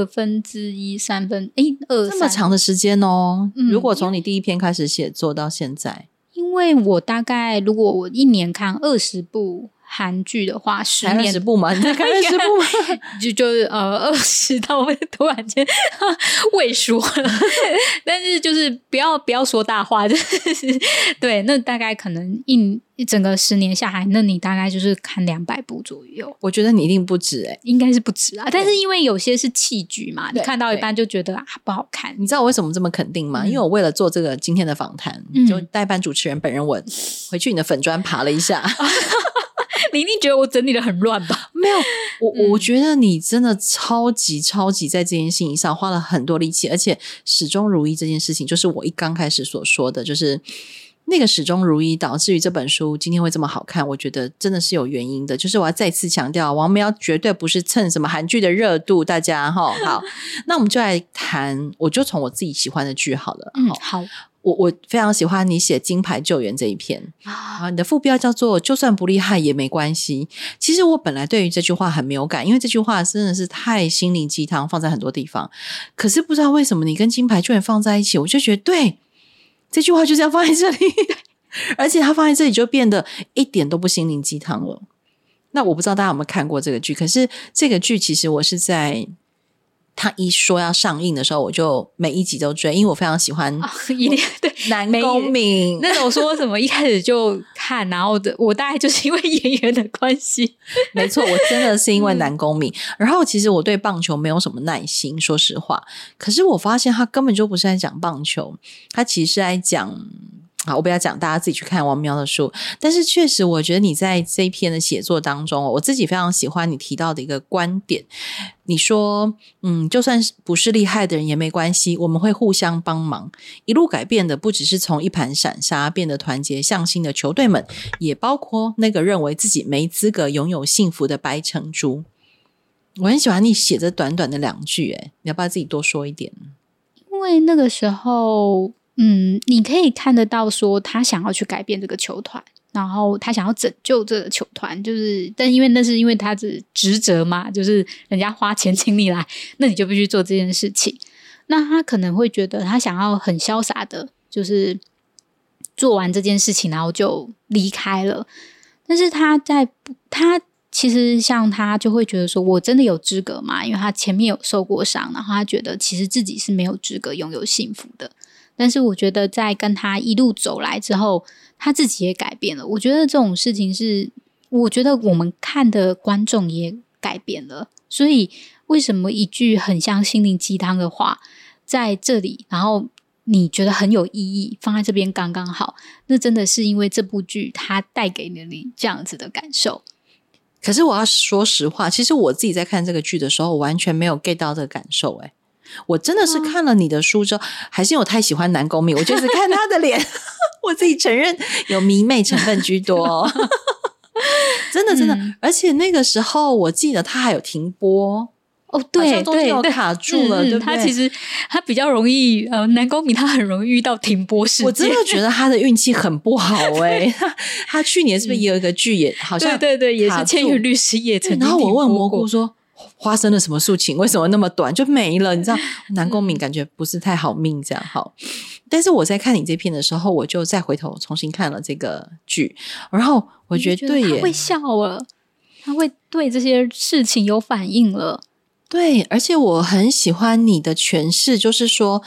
1/2、3/3 这么长的时间哦。如果从你第一篇开始写作到现在， 因为我大概如果我1年看20部韩剧的话，10年 20部吗？你在看20部吗？ 就是20到我突然间畏缩了，但是就是不要说大话，就是对，那大概可能一整个10年下来，那你大概就是看200部左右。 我觉得你一定不止应该是不止啊。但是因为有些是弃剧嘛，你看到一半就觉得不好看。 你知道我为什么这么肯定吗？因为我为了做这个今天的访谈，就代班主持人本人我回去你的粉专爬了一下。 你一定觉得我整理的很乱吧？ 没有，我觉得你真的超级在这件事情上花了很多力气，而且始终如一这件事情，就是我刚开始所说的，就是那个始终如一导致于这本书今天会这么好看，我觉得真的是有原因的。就是我要再次强调，王喵绝对不是蹭什么韩剧的热度，大家好，那我们就来谈，我就从我自己喜欢的剧好了。 好。 我非常喜欢你写金牌救援这一篇啊，你的副标叫做就算不厉害也没关系。其实我本来对于这句话很没有感，因为这句话真的是太心灵鸡汤，放在很多地方，可是不知道为什么你跟金牌救援放在一起，我就觉得对，这句话就是要放在这里而且它放在这里就变得一点都不心灵鸡汤了。那我不知道大家有没有看过这个剧，可是这个剧其实我是在他一说要上映的时候，我就每一集都追，因为我非常喜欢对南宫珉那种说什么一开始就看，然后我大概就是因为演员的关系。 没错，我真的是因为南宫珉然后其实我对棒球没有什么耐心，说实话，可是我发现他根本就不是在讲棒球，他其实是在讲好，我不要讲，大家自己去看王喵的书。但是确实我觉得你在这一篇的写作当中，我自己非常喜欢你提到的一个观点，你说就算不是厉害的人也没关系，我们会互相帮忙，一路改变的不只是从一盘散沙变得团结向心的球队们，也包括那个认为自己没资格拥有幸福的白成珠。我很喜欢你写这短短的2句，你要不要自己多说一点？ 因为那个时候你可以看得到说他想要去改变这个球团，然后他想要拯救这个球团，就是但因为他是职责嘛，就是人家花钱请你来，那你就必须做这件事情。那他可能会觉得他想要很潇洒的就是做完这件事情然后就离开了，但是他其实像他就会觉得说我真的有资格吗？因为他前面有受过伤，然后他觉得其实自己是没有资格拥有幸福的。但是我觉得在跟他一路走来之后，他自己也改变了。我觉得这种事情是我觉得我们看的观众也改变了，所以为什么一句很像心灵鸡汤的话在这里，然后你觉得很有意义，放在这边刚刚好，那真的是因为这部剧它带给了你这样子的感受。 可是我要说实话，其实我自己在看这个剧的时候，我完全没有 get 到这个感受。我真的是看了你的书之后，还是因为我太喜欢南宫珉，我就是看他的脸我自己承认有迷妹成分居多真的而且那个时候我记得他还有停播对， 中间有卡住了，对不对？ 他其实他比较容易南宫珉他很容易遇到停播事件。 我真的觉得他的运气很不好他去年是不是也有一个剧也好像对也是《千元律师》也曾经停播过。 然后我问蘑菇说发生了什么事情，为什么那么短就没了？你知道南宫珉感觉不是太好命这样。好，但是我在看你这篇的时候，我就再回头重新看了这个剧，然后我觉得对耶， 他会笑了，他会对这些事情有反应了。 对，而且我很喜欢你的诠释，就是说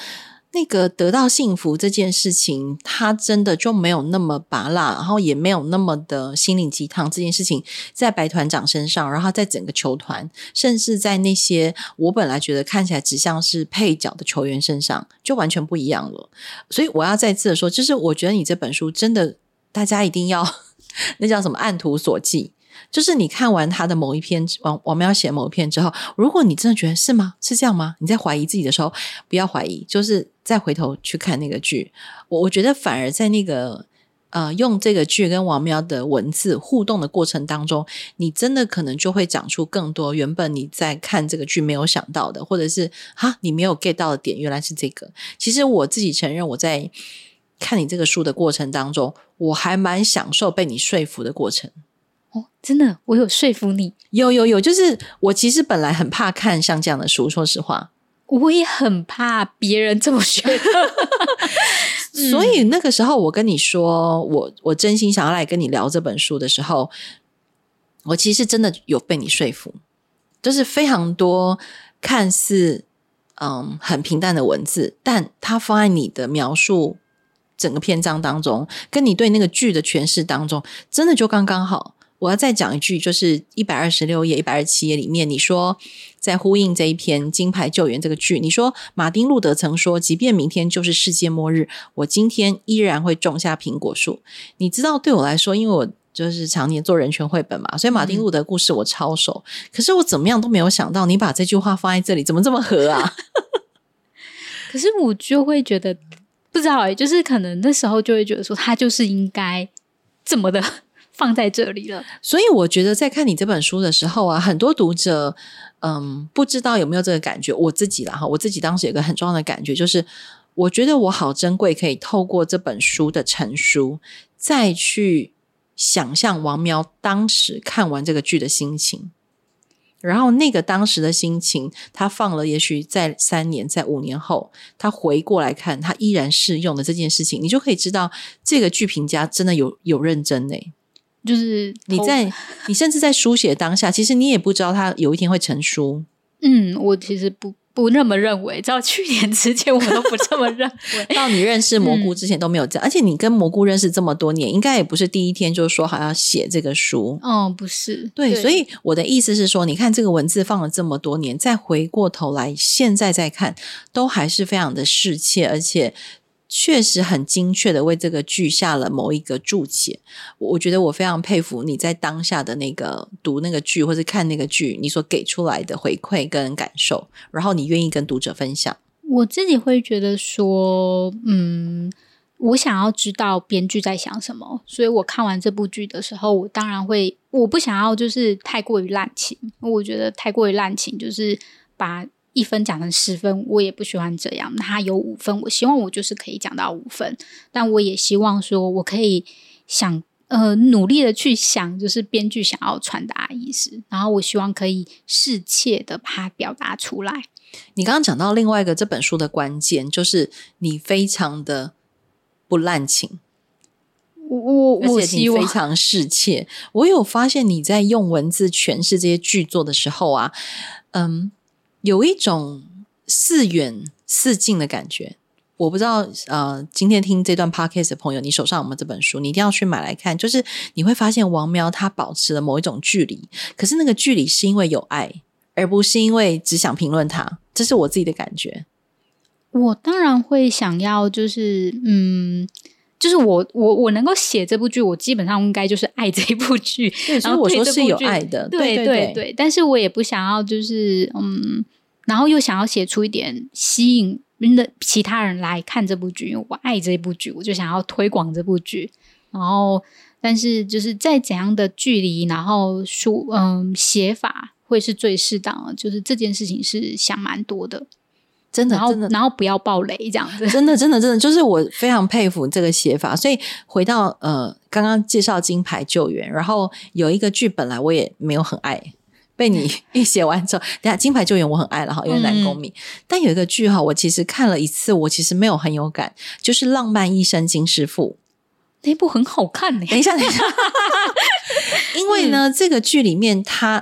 那个得到幸福这件事情，它真的就没有那么拔辣，然后也没有那么的心灵鸡汤。这件事情在白团长身上，然后在整个球团，甚至在那些我本来觉得看起来只像是配角的球员身上，就完全不一样了。所以我要再次的说，就是我觉得你这本书真的，大家一定要那叫什么按图索骥。就是你看完他的某一篇王喵写某一篇之后，如果你真的觉得是吗？是这样吗？你在怀疑自己的时候，不要怀疑，就是再回头去看那个剧。我觉得反而在那个用这个剧跟王喵的文字互动的过程当中，你真的可能就会长出更多原本你在看这个剧没有想到的，或者是你没有 get 到的点，原来是这个。其实我自己承认，我在看你这个书的过程当中，我还蛮享受被你说服的过程。 真的，我有说服你？ 有，就是我其实本来很怕看像这样的书，说实话， 我也很怕别人这么觉得。 所以那个时候我跟你说，我真心想要来跟你聊这本书的时候，我其实真的有被你说服，就是非常多看似很平淡的文字，但它放在你的描述整个篇章当中，跟你对那个剧的诠释当中，真的就刚刚好。我要再讲一句，就是126页127页里面，你说在呼应这一篇金牌救援这个剧，你说马丁路德曾说，即便明天就是世界末日，我今天依然会种下苹果树。你知道对我来说，因为我就是常年做人权绘本嘛，所以马丁路德故事我超熟，可是我怎么样都没有想到你把这句话放在这里，怎么这么合啊？ 可是我就会觉得不知道就是可能那时候就会觉得说他就是应该这么的放在这里了。 所以我觉得在看你这本书的时候啊，很多读者不知道有没有这个感觉，我自己啦哈，我自己当时有个很重要的感觉，就是我觉得我好珍贵可以透过这本书的陈述再去想象王喵当时看完这个剧的心情，然后那个当时的心情他放了也许在3年在5年后他回过来看他依然适用的这件事情，你就可以知道这个剧评家真的有认真欸。 就是你甚至在书写当下，其实你也不知道他有一天会成书。 我其实不那么认为，到去年之前我都不这么认为。 到你认识蘑菇之前都没有这样，而且你跟蘑菇认识这么多年，应该也不是第一天就说好要写这个书。 不是。 对，所以我的意思是说，你看这个文字放了这么多年，再回过头来现在再看，都还是非常的适切，而且确实很精确的为这个剧下了某一个注解。我觉得我非常佩服你在当下的那个读那个剧或是看那个剧你所给出来的回馈跟感受，然后你愿意跟读者分享。 我自己会觉得说我想要知道编剧在想什么，所以我看完这部剧的时候，我当然我不想要就是太过于滥情，我觉得太过于滥情就是把1分讲成10分，我也不喜欢这样。他有5分，我希望我就是可以讲到5分，但我也希望说我可以努力的去想，就是编剧想要传达的意思，然后我希望可以适切的把它表达出来。 你刚刚讲到另外一个这本书的关键，就是你非常的不滥情，而且你非常适切。我有发现你在用文字诠释这些剧作的时候啊，有一种似远似近的感觉。我不知道今天听这段 podcast 的朋友，你手上有没有这本书，你一定要去买来看。就是你会发现王喵他保持了某一种距离，可是那个距离是因为有爱，而不是因为只想评论它。这是我自己的感觉。 我当然会想要就是就是我能够写这部剧，我基本上应该就是爱这部剧。 对，所以我说是有爱的。 对，但是我也不想要就是然后又想要写出一点吸引其他人来看这部剧，因为我爱这部剧，我就想要推广这部剧。然后但是就是在怎样的距离，然后写法会是最适当的，就是这件事情是想蛮多的。 真的， 然后不要爆雷这样子。 真的，就是我非常佩服这个写法。所以回到刚刚介绍金牌救援，然后有一个剧本来我也没有很爱，被你一写完之后，等下金牌救援我很爱了哈，因为男公民。但有一个剧哈，我其实看了一次，我其实没有很有感，就是《浪漫医生金师傅》 那部很好看欸。 等一下，因为呢，这个剧里面它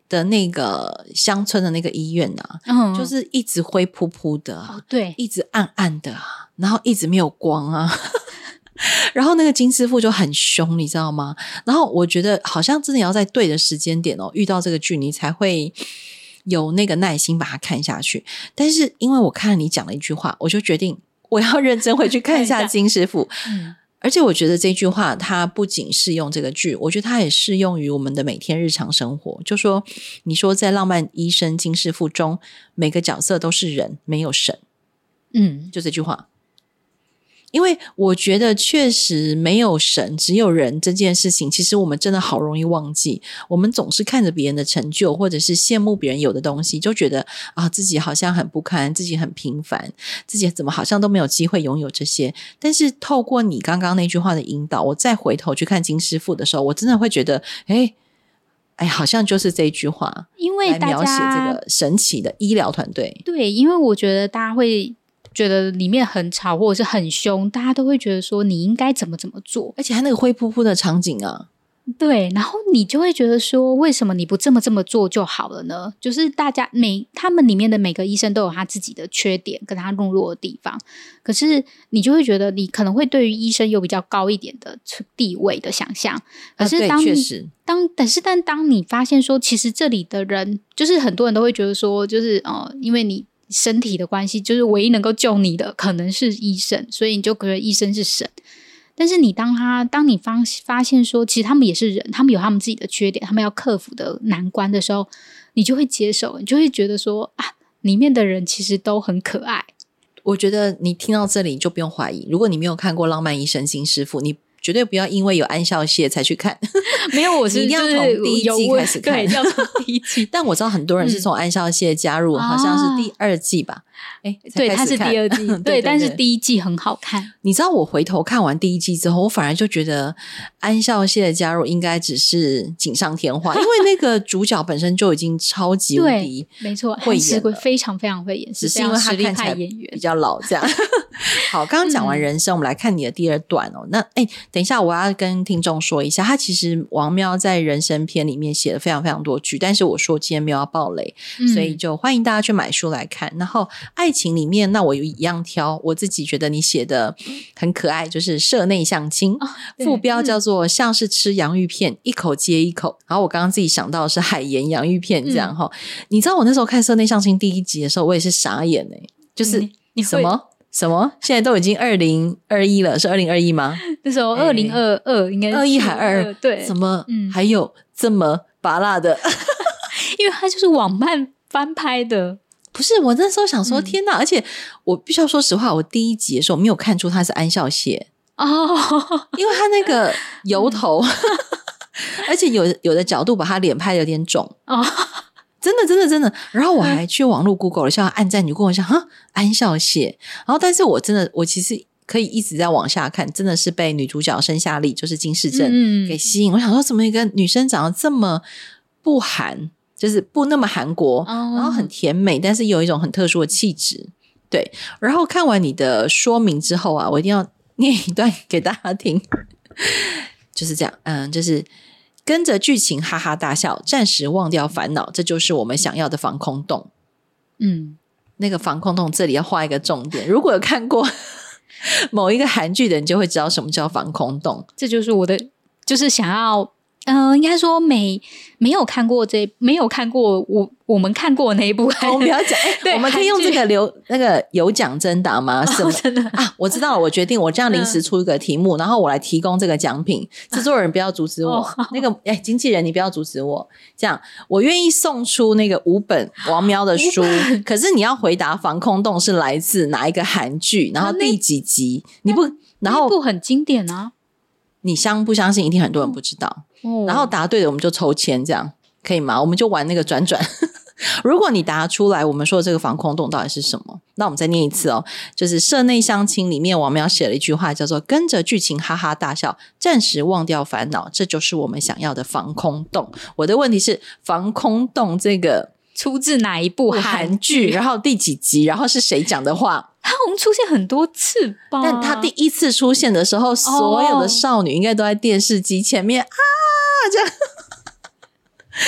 的那个乡村的那个医院啊，就是一直灰扑扑的啊， 对， 一直暗暗的啊，然后一直没有光啊。然后那个金师傅就很凶，你知道吗？然后我觉得好像真的要在对的时间点遇到这个剧，你才会有那个耐心把它看下去。但是因为我看了你讲了一句话，我就决定我要认真回去看一下金师傅。而且我觉得这句话它不仅适用这个剧，我觉得它也适用于我们的每天日常生活。就说你说在浪漫医生金师傅中，每个角色都是人，没有神。就这句话。因为我觉得确实没有神只有人这件事情，其实我们真的好容易忘记。我们总是看着别人的成就，或者是羡慕别人有的东西，就觉得啊，自己好像很不堪，自己很平凡，自己怎么好像都没有机会拥有这些。但是透过你刚刚那句话的引导，我再回头去看金师傅的时候，我真的会觉得哎，好像就是这一句话， 因为大家来描写这个神奇的医疗团队。 对，因为我觉得大家会觉得里面很吵或者是很凶，大家都会觉得说你应该怎么做， 而且他那个灰扑扑的场景啊， 对，然后你就会觉得说为什么你不这么做就好了呢？就是他们里面的每个医生都有他自己的缺点跟他懦弱的地方，可是你就会觉得你可能会对于医生有比较高一点的地位的想象。可是但当你发现说其实这里的人，就是很多人都会觉得说就是因为你身体的关系，就是唯一能够救你的可能是医生，所以你就觉得医生是神。但是你当你发现说其实他们也是人，他们有他们自己的缺点，他们要克服的难关的时候，你就会接受，你就会觉得说啊，里面的人其实都很可爱。 我觉得你听到这里就不用怀疑，如果你没有看过《浪漫医生金师傅》，你绝对不要因为有安孝燮才去看。 没有，我是一定要从第一季开始看， 对，要从第一季。 但我知道很多人是从安孝燮加入，好像是第2季吧。 对，它是第2季对，但是第一季很好看。 你知道我回头看完第一季之后，我反而就觉得安孝燮的加入应该只是锦上添花，因为那个主角本身就已经超级无敌没错， 会演了， 非常非常会演， 只是因为他看起来比较老这样。好，刚刚讲完人生，我们来看你的第2段那等一下我要跟听众说一下，他其实王喵在人生篇里面写了非常非常多剧，但是我说今天没有要爆雷，所以就欢迎大家去买书来看。然后爱情里面，那我一样挑我自己觉得你写的很可爱，就是社内相亲，副标叫做像是吃洋芋片，一口接一口。然后我刚刚自己想到的是海盐洋芋片这样你知道我那时候看社内相亲第1集的时候，我也是傻眼就是什么现在都已经2021了，是2021吗？ 那时候2022应该是 21还22， 对， 怎么还有这么拔辣的？ 因为它就是网漫翻拍的。 不是，我那时候想说天哪，而且我必须要说实话，我第1集的时候没有看出他是安孝燮因为他那个油头而且有的角度把他脸拍得有点肿真的。然后我还去网络 Google 了一下，按赞女跟我讲安孝燮，然后但是我其实可以一直在往下看，真的是被女主角申夏丽就是金世正给吸引。我想说怎么一个女生长得这么不韩，就是不那么韩国然后很甜美，但是有一种很特殊的气质。对，然后看完你的说明之后我一定要念一段给大家听就是这样就是跟着剧情哈哈大笑，暂时忘掉烦恼，这就是我们想要的防空洞。那个防空洞这里要画一个重点，如果有看过某一个韩剧的人就会知道什么叫防空洞。 这就是我的，就是想要应该说没有看过我们看过那一部我们不要讲我们可以用这个那个有奖征答吗？什么真的我知道了，我决定我这样临时出一个题目然后我来提供这个奖品，制作人不要阻止我那个经纪人你不要阻止我，这样我愿意送出那个5本王喵的书可是你要回答防空洞是来自哪一个韩剧，然后第几集你不然后那部很经典啊， 你相不相信一定很多人不知道然后答对了我们就抽签，这样可以吗？我们就玩那个转如果你答出来我们说的这个防空洞到底是什么，那我们再念一次就是社内相亲里面王喵写了一句话叫做跟着剧情哈哈大笑，暂时忘掉烦恼，这就是我们想要的防空洞。我的问题是防空洞这个出自哪一部韩剧， 然后第几集，然后是谁讲的话？ 它好像出现很多次吧， 但它第1次出现的时候所有的少女应该都在电视机前面这样你知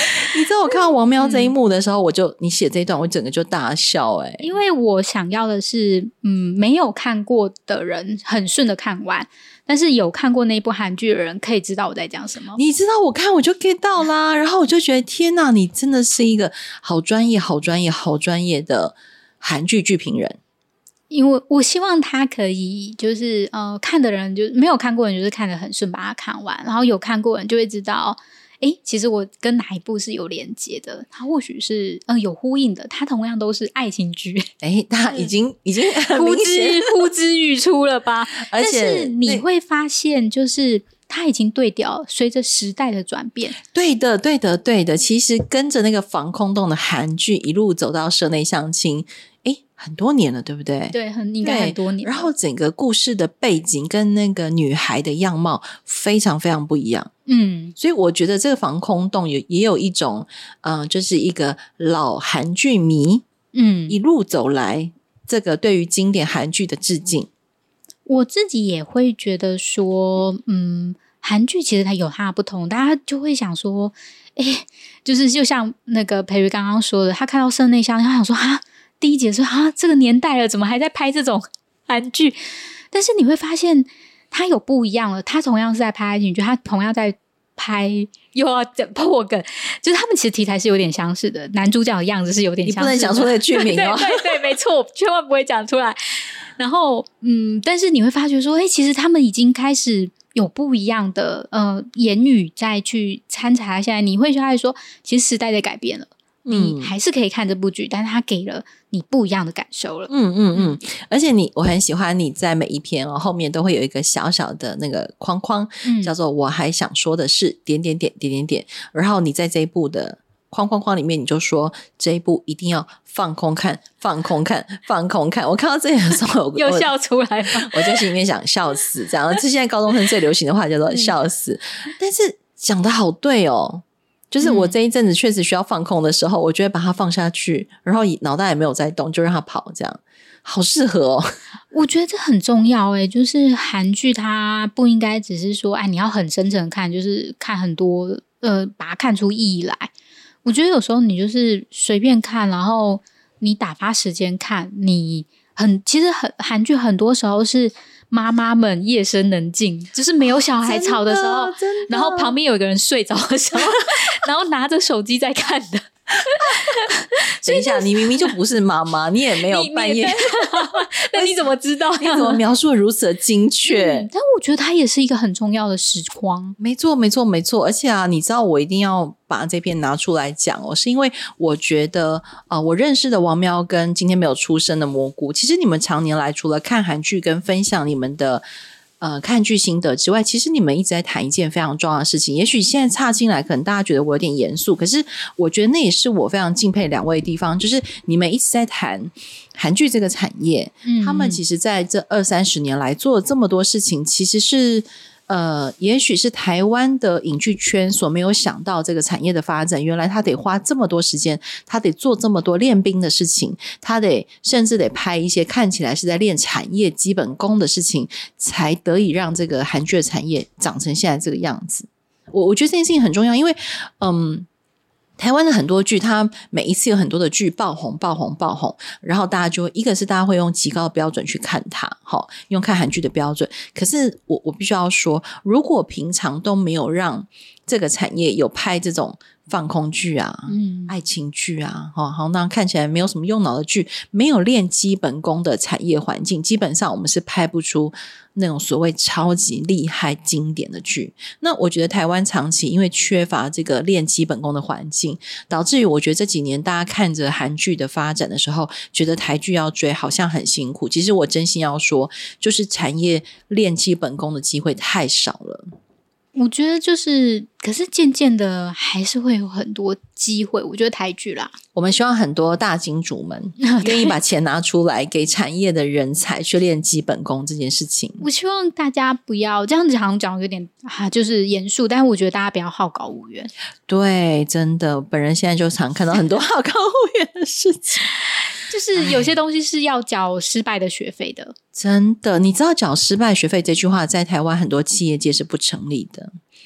知道我看到王喵这一幕的时候，你写这一段我整个就大笑因为我想要的是没有看过的人很顺的看完，但是有看过那部韩剧的人可以知道我在讲什么。 你知道我看我就 get 到啦，然后我就觉得天哪，你真的是一个好专业好专业好专业的韩剧剧评人。 因为我希望他可以就是看的人就没有看过的人就是看得很顺把它看完，然后有看过的人就会知道其实我跟哪一部是有连接的，它或许是有呼应的，它同样都是爱情剧。 它已经很明显呼之欲出了吧？ 而且但是你会发现就是它已经对调，随着时代的转变。 对的对的对的，其实跟着那个防空洞的韩剧一路走到社内相亲很多年了，对不对？ 对，应该很多年了。 然后整个故事的背景跟那个女孩的样貌非常非常不一样。所以我觉得这个防空洞也有一种就是一个老韩剧迷一路走来这个对于经典韩剧的致敬。 我自己也会觉得说韩剧其实它有它的不同，大家就会想说就是就像那个培瑜刚刚说的，他看到社内相亲，他想说第一集说这个年代了怎么还在拍这种韩剧，但是你会发现他有不一样了，他同样是在拍爱情剧，他同样在拍又要破梗，就是他们其实题材是有点相似的，男主角的样子是有点相似的， 你不能讲出那个剧名哦。 对没错，千万不会讲出来。然后但是你会发觉说其实他们已经开始有不一样的言语再去参杂下来，你会发现说其实时代在改变了，你还是可以看这部剧，但是它给了你不一样的感受了。 而且我很喜欢你在每一篇后面都会有一个小小的那个框框，叫做我还想说的是点点点点点点，然后你在这一部的框里面你就说这一部一定要放空看放空看放空看。我看到这里的时候又笑出来吗？ 我就心里面想笑死，这样这现在高中生最流行的话叫做笑死。但是讲得好对哦，就是我这一阵子确实需要放空的时候，我就会把它放下去，然后脑袋也没有在动，就让它跑，这样好适合哦。 我觉得这很重要就是韩剧它不应该只是说你要很深沉看，就是看很多把它看出意义来。我觉得有时候你就是随便看，然后你打发时间看，其实韩剧很多时候是妈妈们夜深人静，就是没有小孩吵的时候，然后旁边有一个人睡着的时候然后拿着手机在看的。 等一下，你明明就不是妈妈，你也没有半夜那你怎么知道？ 你怎么描述的如此的精确？ 但我觉得它也是一个很重要的时光。 没错没错没错。而且你知道我一定要把这篇拿出来讲是因为我觉得我认识的王喵跟今天没有出生的蘑菇，其实你们常年来除了看韩剧跟分享你们的看剧心得之外，其实你们一直在谈一件非常重要的事情。也许现在插进来可能大家觉得我有点严肃，可是我觉得那也是我非常敬佩两位的地方，就是你们一直在谈韩剧这个产业，他们其实在这20-30年来做了这么多事情，其实是也许是台湾的影剧圈所没有想到这个产业的发展，原来他得花这么多时间，他得做这么多练兵的事情，他甚至得拍一些看起来是在练产业基本功的事情，才得以让这个韩剧的产业长成现在这个样子。我觉得这件事情很重要，因为台湾的很多剧，它每一次有很多的剧爆红，然后大家就一个是大家会用极高的标准去看它，用看韩剧的标准。可是我必须要说，如果平常都没有让这个产业有拍这种放空剧爱情剧好那看起来没有什么用脑的剧，没有练基本功的产业环境，基本上我们是拍不出那种所谓超级厉害经典的剧。那我觉得台湾长期因为缺乏这个练基本功的环境，导致于我觉得这几年大家看着韩剧的发展的时候，觉得台剧要追好像很辛苦。其实我真心要说，就是产业练基本功的机会太少了。 我觉得可是渐渐的还是会有很多机会。我觉得台剧啦， 我们希望很多大金主们愿意把钱拿出来给产业的人才去练基本功这件事情。 我希望大家不要这样子，好像讲有点就是严肃，但是我觉得大家不要好高骛远。 对，真的，本人现在就常看到很多好高骛远的事情。 就是有些东西是要缴失败的学费的。 真的，你知道缴失败学费这句话在台湾很多企业界是不成立的。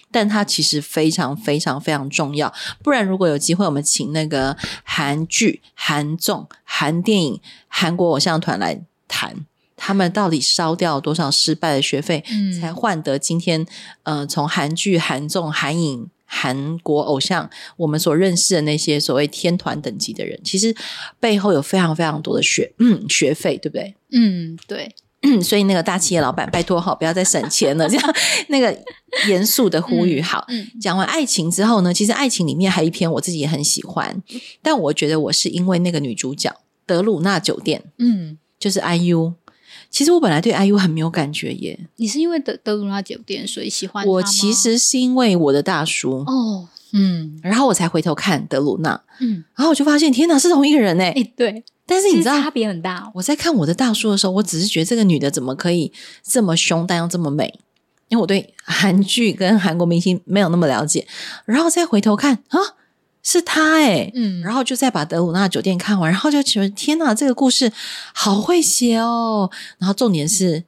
但它其实非常非常非常重要。不然如果有机会我们请那个韩剧、韩综、韩电影、韩国偶像团来谈他们到底烧掉多少失败的学费，才换得今天从韩剧、韩综、韩影、韩国偶像我们所认识的那些所谓天团等级的人，其实背后有非常非常多的学费，对不对？ 对。 所以那个大企业老板拜托不要再省钱了，这样那个严肃的呼吁。好，讲完爱情之后呢，其实爱情里面还有一篇我自己也很喜欢，但我觉得我是因为那个女主角德鲁纳酒店，就是 IU。其实我本来对 IU 很没有感觉耶。 你是因为德鲁纳酒店所以喜欢他吗？ 我其实是因为我的大叔然后我才回头看德鲁纳，然后我就发现天哪，是同一个人耶。 对， 但是你知道差别很大我在看我的大叔的时候，我只是觉得这个女的怎么可以这么凶但又这么美，因为我对韩剧跟韩国明星没有那么了解，然后再回头看是他耶。然后就再把德鲁纳酒店看完，然后就觉得天哪，这个故事好会写哦。然后重点是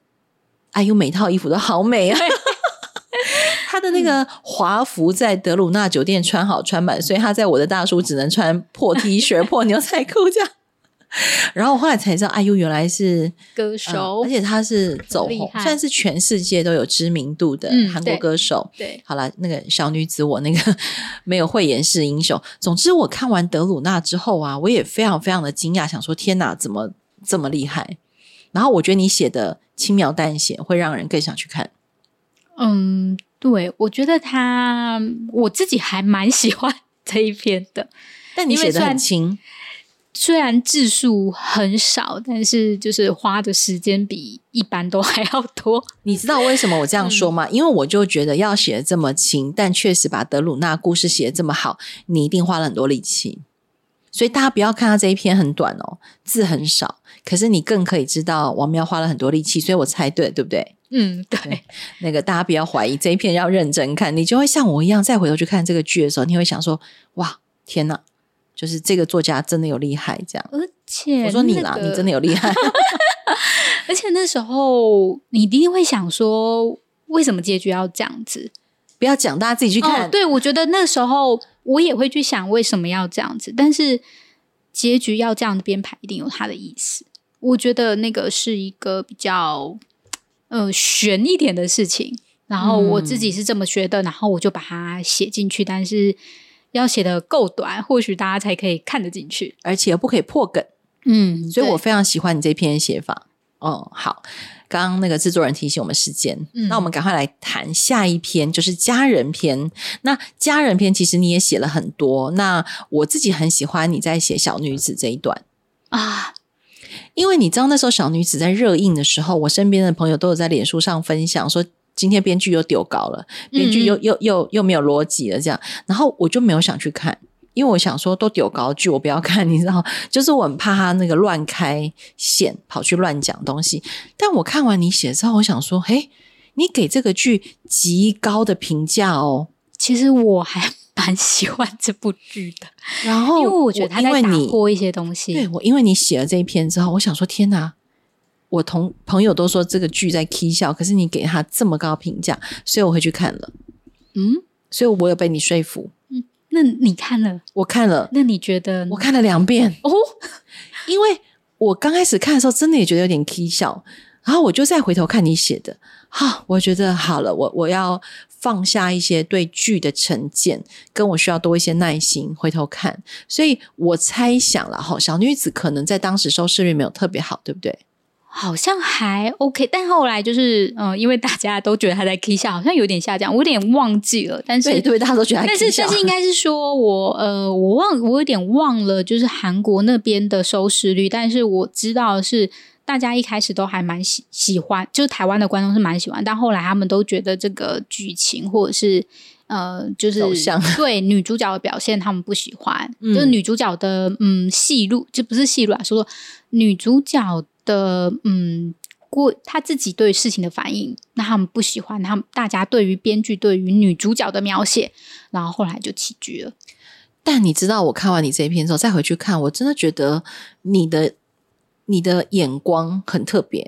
IU每套衣服都好美啊他的那个华服在德鲁纳酒店穿好穿满，所以他在我的大叔只能穿破 T 恤破牛仔裤这样。然后我后来才知道IU原来是歌手， 而且他是走红，算是全世界都有知名度的韩国歌手。 对， 好啦，那个小女子我那个没有慧眼识英雄。总之我看完德鲁纳之后啊，我也非常非常的惊讶，想说天哪，怎么这么厉害。然后我觉得你写的轻描淡写会让人更想去看。 对，我觉得我自己还蛮喜欢这一篇的， 但你写的很轻， 虽然字数很少，但是就是花的时间比一般都还要多。 你知道为什么我这样说吗？因为我就觉得要写得这么轻，但确实把德鲁纳故事写得这么好，你一定花了很多力气。所以大家不要看他这一篇很短字很少，可是你更可以知道王喵花了很多力气，所以我猜对，对不对？ 对， 那个大家不要怀疑，这一篇要认真看，你就会像我一样再回头去看这个剧的时候，你会想说哇天哪，就是这个作家真的有厉害这样。 而且我说你啦，你真的有厉害而且那时候你一定会想说为什么结局要这样子， 不要讲，大家自己去看。 对，我觉得那时候我也会去想为什么要这样子，但是结局要这样的编排一定有它的意思。我觉得那个是一个比较悬一点的事情，然后我自己是这么觉得，然后我就把它写进去，但是要写得够短，或许大家才可以看得进去， 而且不可以破梗。所以我非常喜欢你这篇写法。好，刚刚那个制作人提醒我们时间，那我们赶快来谈下一篇，就是家人篇。那家人篇其实你也写了很多，那我自己很喜欢你在写小女子这一段啊，因为你知道那时候小女子在热映的时候，我身边的朋友都有在脸书上分享说今天编剧又丢稿了，编剧又没有逻辑了这样，然后我就没有想去看，因为我想说都丢稿剧我不要看，你知道，就是我很怕他那个乱开线跑去乱讲东西。但我看完你写之后，我想说你给这个剧极高的评价哦。 其实我还蛮喜欢这部剧的， 然后因为我觉得他在打破一些东西。 对，因为你写了这一篇之后，我想说天哪，我同朋友都说这个剧在 k 笑，可是你给他这么高评价，所以我会去看了。所以我有被你说服。 那你看了？ 我看了。 那你觉得？ 我看了2遍因为我刚开始看的时候真的也觉得有点 k 笑，然后我就再回头看你写的我觉得好了，我要放下一些对剧的成见，跟我需要多一些耐心回头看。所以我猜想了小女子可能在当时收视率没有特别好，对不对？ 好像还 OK， 但后来就是因为大家都觉得他在 K 笑，好像有点下降，我有点忘记了。但是对，大家都觉得他 K 笑， 但是应该是说我有点忘了，就是韩国那边的收视率。但是我知道的是大家一开始都还蛮喜欢，就是台湾的观众是蛮喜欢，但后来他们都觉得这个剧情或者是就是对女主角的表现他们不喜欢，就是女主角的戏路，就不是戏路说女主角的他自己对事情的反应，那他们不喜欢，大家对于编剧对于女主角的描写，然后后来就弃剧了。 但你知道我看完你这一篇之后再回去看，我真的觉得你的眼光很特别。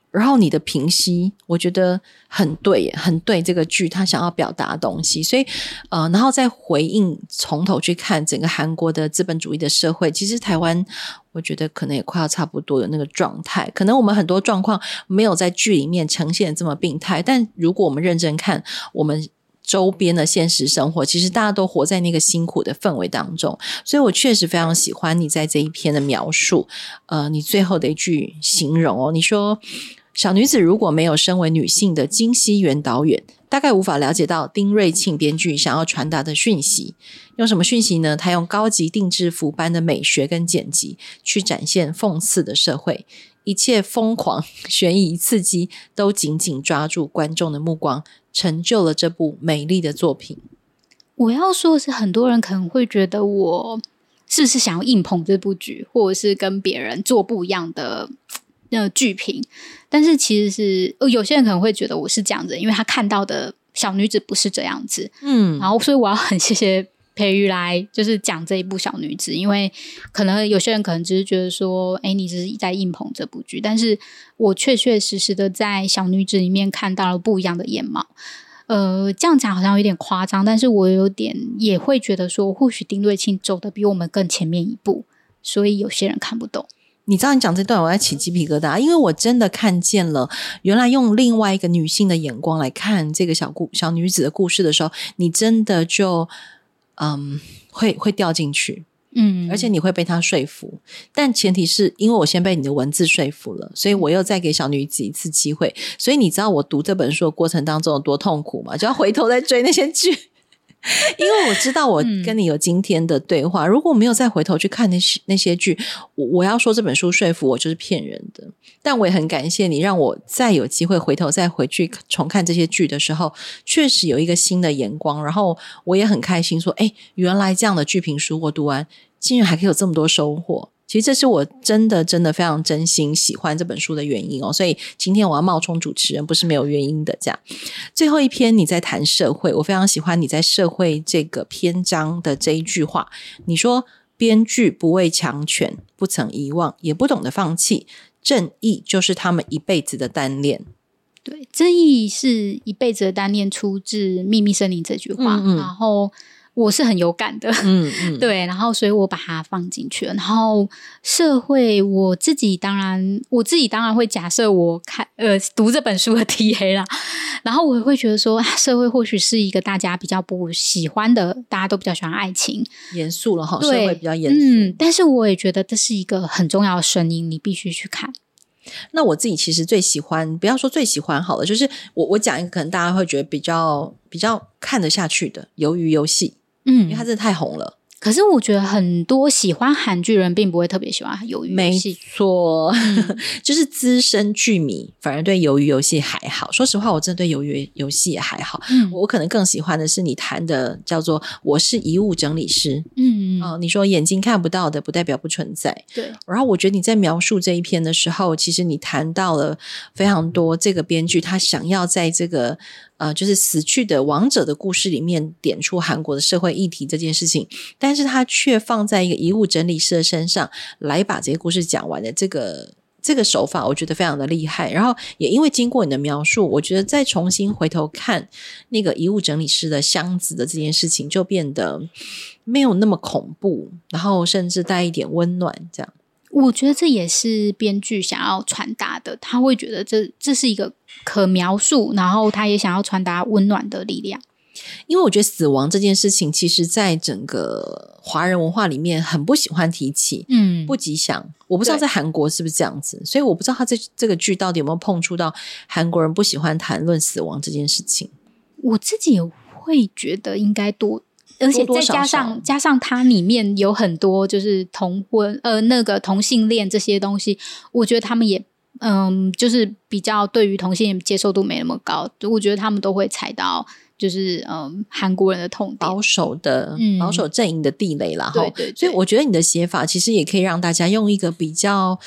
然后你的评析我觉得很对耶，很对这个剧他想要表达的东西。所以然后再回应从头去看整个韩国的资本主义的社会，其实台湾我觉得可能也快要差不多有那个状态，可能我们很多状况没有在剧里面呈现这么病态，但如果我们认真看我们周边的现实生活，其实大家都活在那个辛苦的氛围当中。所以我确实非常喜欢你在这一篇的描述，你最后的一句形容哦，你说小女子如果没有身为女性的金熙元导演，大概无法了解到丁瑞庆编剧想要传达的讯息。用什么讯息呢？他用高级定制服般的美学跟剪辑去展现讽刺的社会，一切疯狂、悬疑、刺激都紧紧抓住观众的目光，成就了这部美丽的作品。 我要说的是，很多人可能会觉得我是不是想要硬捧这部剧，或者是跟别人做不一样的剧评，但是其实是有些人可能会觉得我是这样子，因为他看到的小女子不是这样子，然后所以我要很谢谢培瑜来就是讲这一部小女子，因为可能有些人可能只是觉得说你只是在硬捧这部剧，但是我确确实实的在小女子里面看到了不一样的样貌。这样讲好像有点夸张，但是我有点也会觉得说或许丁瑞庆走得比我们更前面一步，所以有些人看不懂。 你知道你讲这段我在起鸡皮疙瘩，因为我真的看见了原来用另外一个女性的眼光来看这个小女子的故事的时候，你真的就会掉进去，而且你会被他说服，但前提是因为我先被你的文字说服了，所以我又再给小女子一次机会。所以你知道我读这本书的过程当中有多痛苦吗？就要回头再追那些剧因为我知道我跟你有今天的对话，如果我没有再回头去看那些剧，我要说这本书说服我就是骗人的。但我也很感谢你让我再有机会回头再回去重看这些剧的时候，确实有一个新的眼光，然后我也很开心说原来这样的剧评书我读完竟然还可以有这么多收获。其实这是我真的非常真心喜欢这本书的原因哦，所以今天我要冒充主持人不是没有原因的。这样最后一篇你在谈社会，我非常喜欢你在社会这个篇章的这一句话，你说编剧不畏强权，不曾遗忘，也不懂得放弃，正义就是他们一辈子的单恋。 对，正义是一辈子的单恋出自《秘密森林》这句话，然后我是很有感的，对，然后所以我把它放进去了。然后社会，我自己当然会假设我读这本书的 TA 啦，然后我也会觉得说，社会或许是一个大家比较不喜欢的，大家都比较喜欢爱情， 严肃了哈，社会比较严肃， 但是我也觉得这是一个很重要的声音，你必须去看。 那我自己其实最喜欢，不要说最喜欢好了，就是我讲一个可能大家会觉得比较看得下去的《鱿鱼游戏》，因为它真的太红了。 可是我觉得很多喜欢韩剧人并不会特别喜欢鱿鱼游戏， 没错，就是资深剧迷反而对鱿鱼游戏还好。说实话，我真的对鱿鱼游戏也还好。我可能更喜欢的是你谈的叫做我是遗物整理师。你说眼睛看不到的不代表不存在。 对。 然后我觉得你在描述这一篇的时候，其实你谈到了非常多这个编剧他想要在这个就是死去的王者的故事里面点出韩国的社会议题这件事情，但是他却放在一个遗物整理师的身上来把这些故事讲完的这个手法，我觉得非常的厉害。然后也因为经过你的描述，我觉得再重新回头看那个遗物整理师的箱子的这件事情，就变得没有那么恐怖，然后甚至带一点温暖这样。 我觉得这也是编剧想要传达的，他会觉得这是一个可描述，然后他也想要传达温暖的力量。 因为我觉得死亡这件事情其实在整个华人文化里面很不喜欢提起，不吉祥。我不知道在韩国是不是这样子，所以我不知道他这个剧到底有没有碰触到韩国人不喜欢谈论死亡这件事情。 我自己也会觉得应该多，而且再加上它里面有很多就是同婚那个同性恋这些东西，我觉得他们也就是比较对于同性恋接受度没那么高，我觉得他们都会踩到就是韩国人的痛点， 保守阵营的地雷啦。 对对对， 所以我觉得你的写法其实也可以让大家用一个比较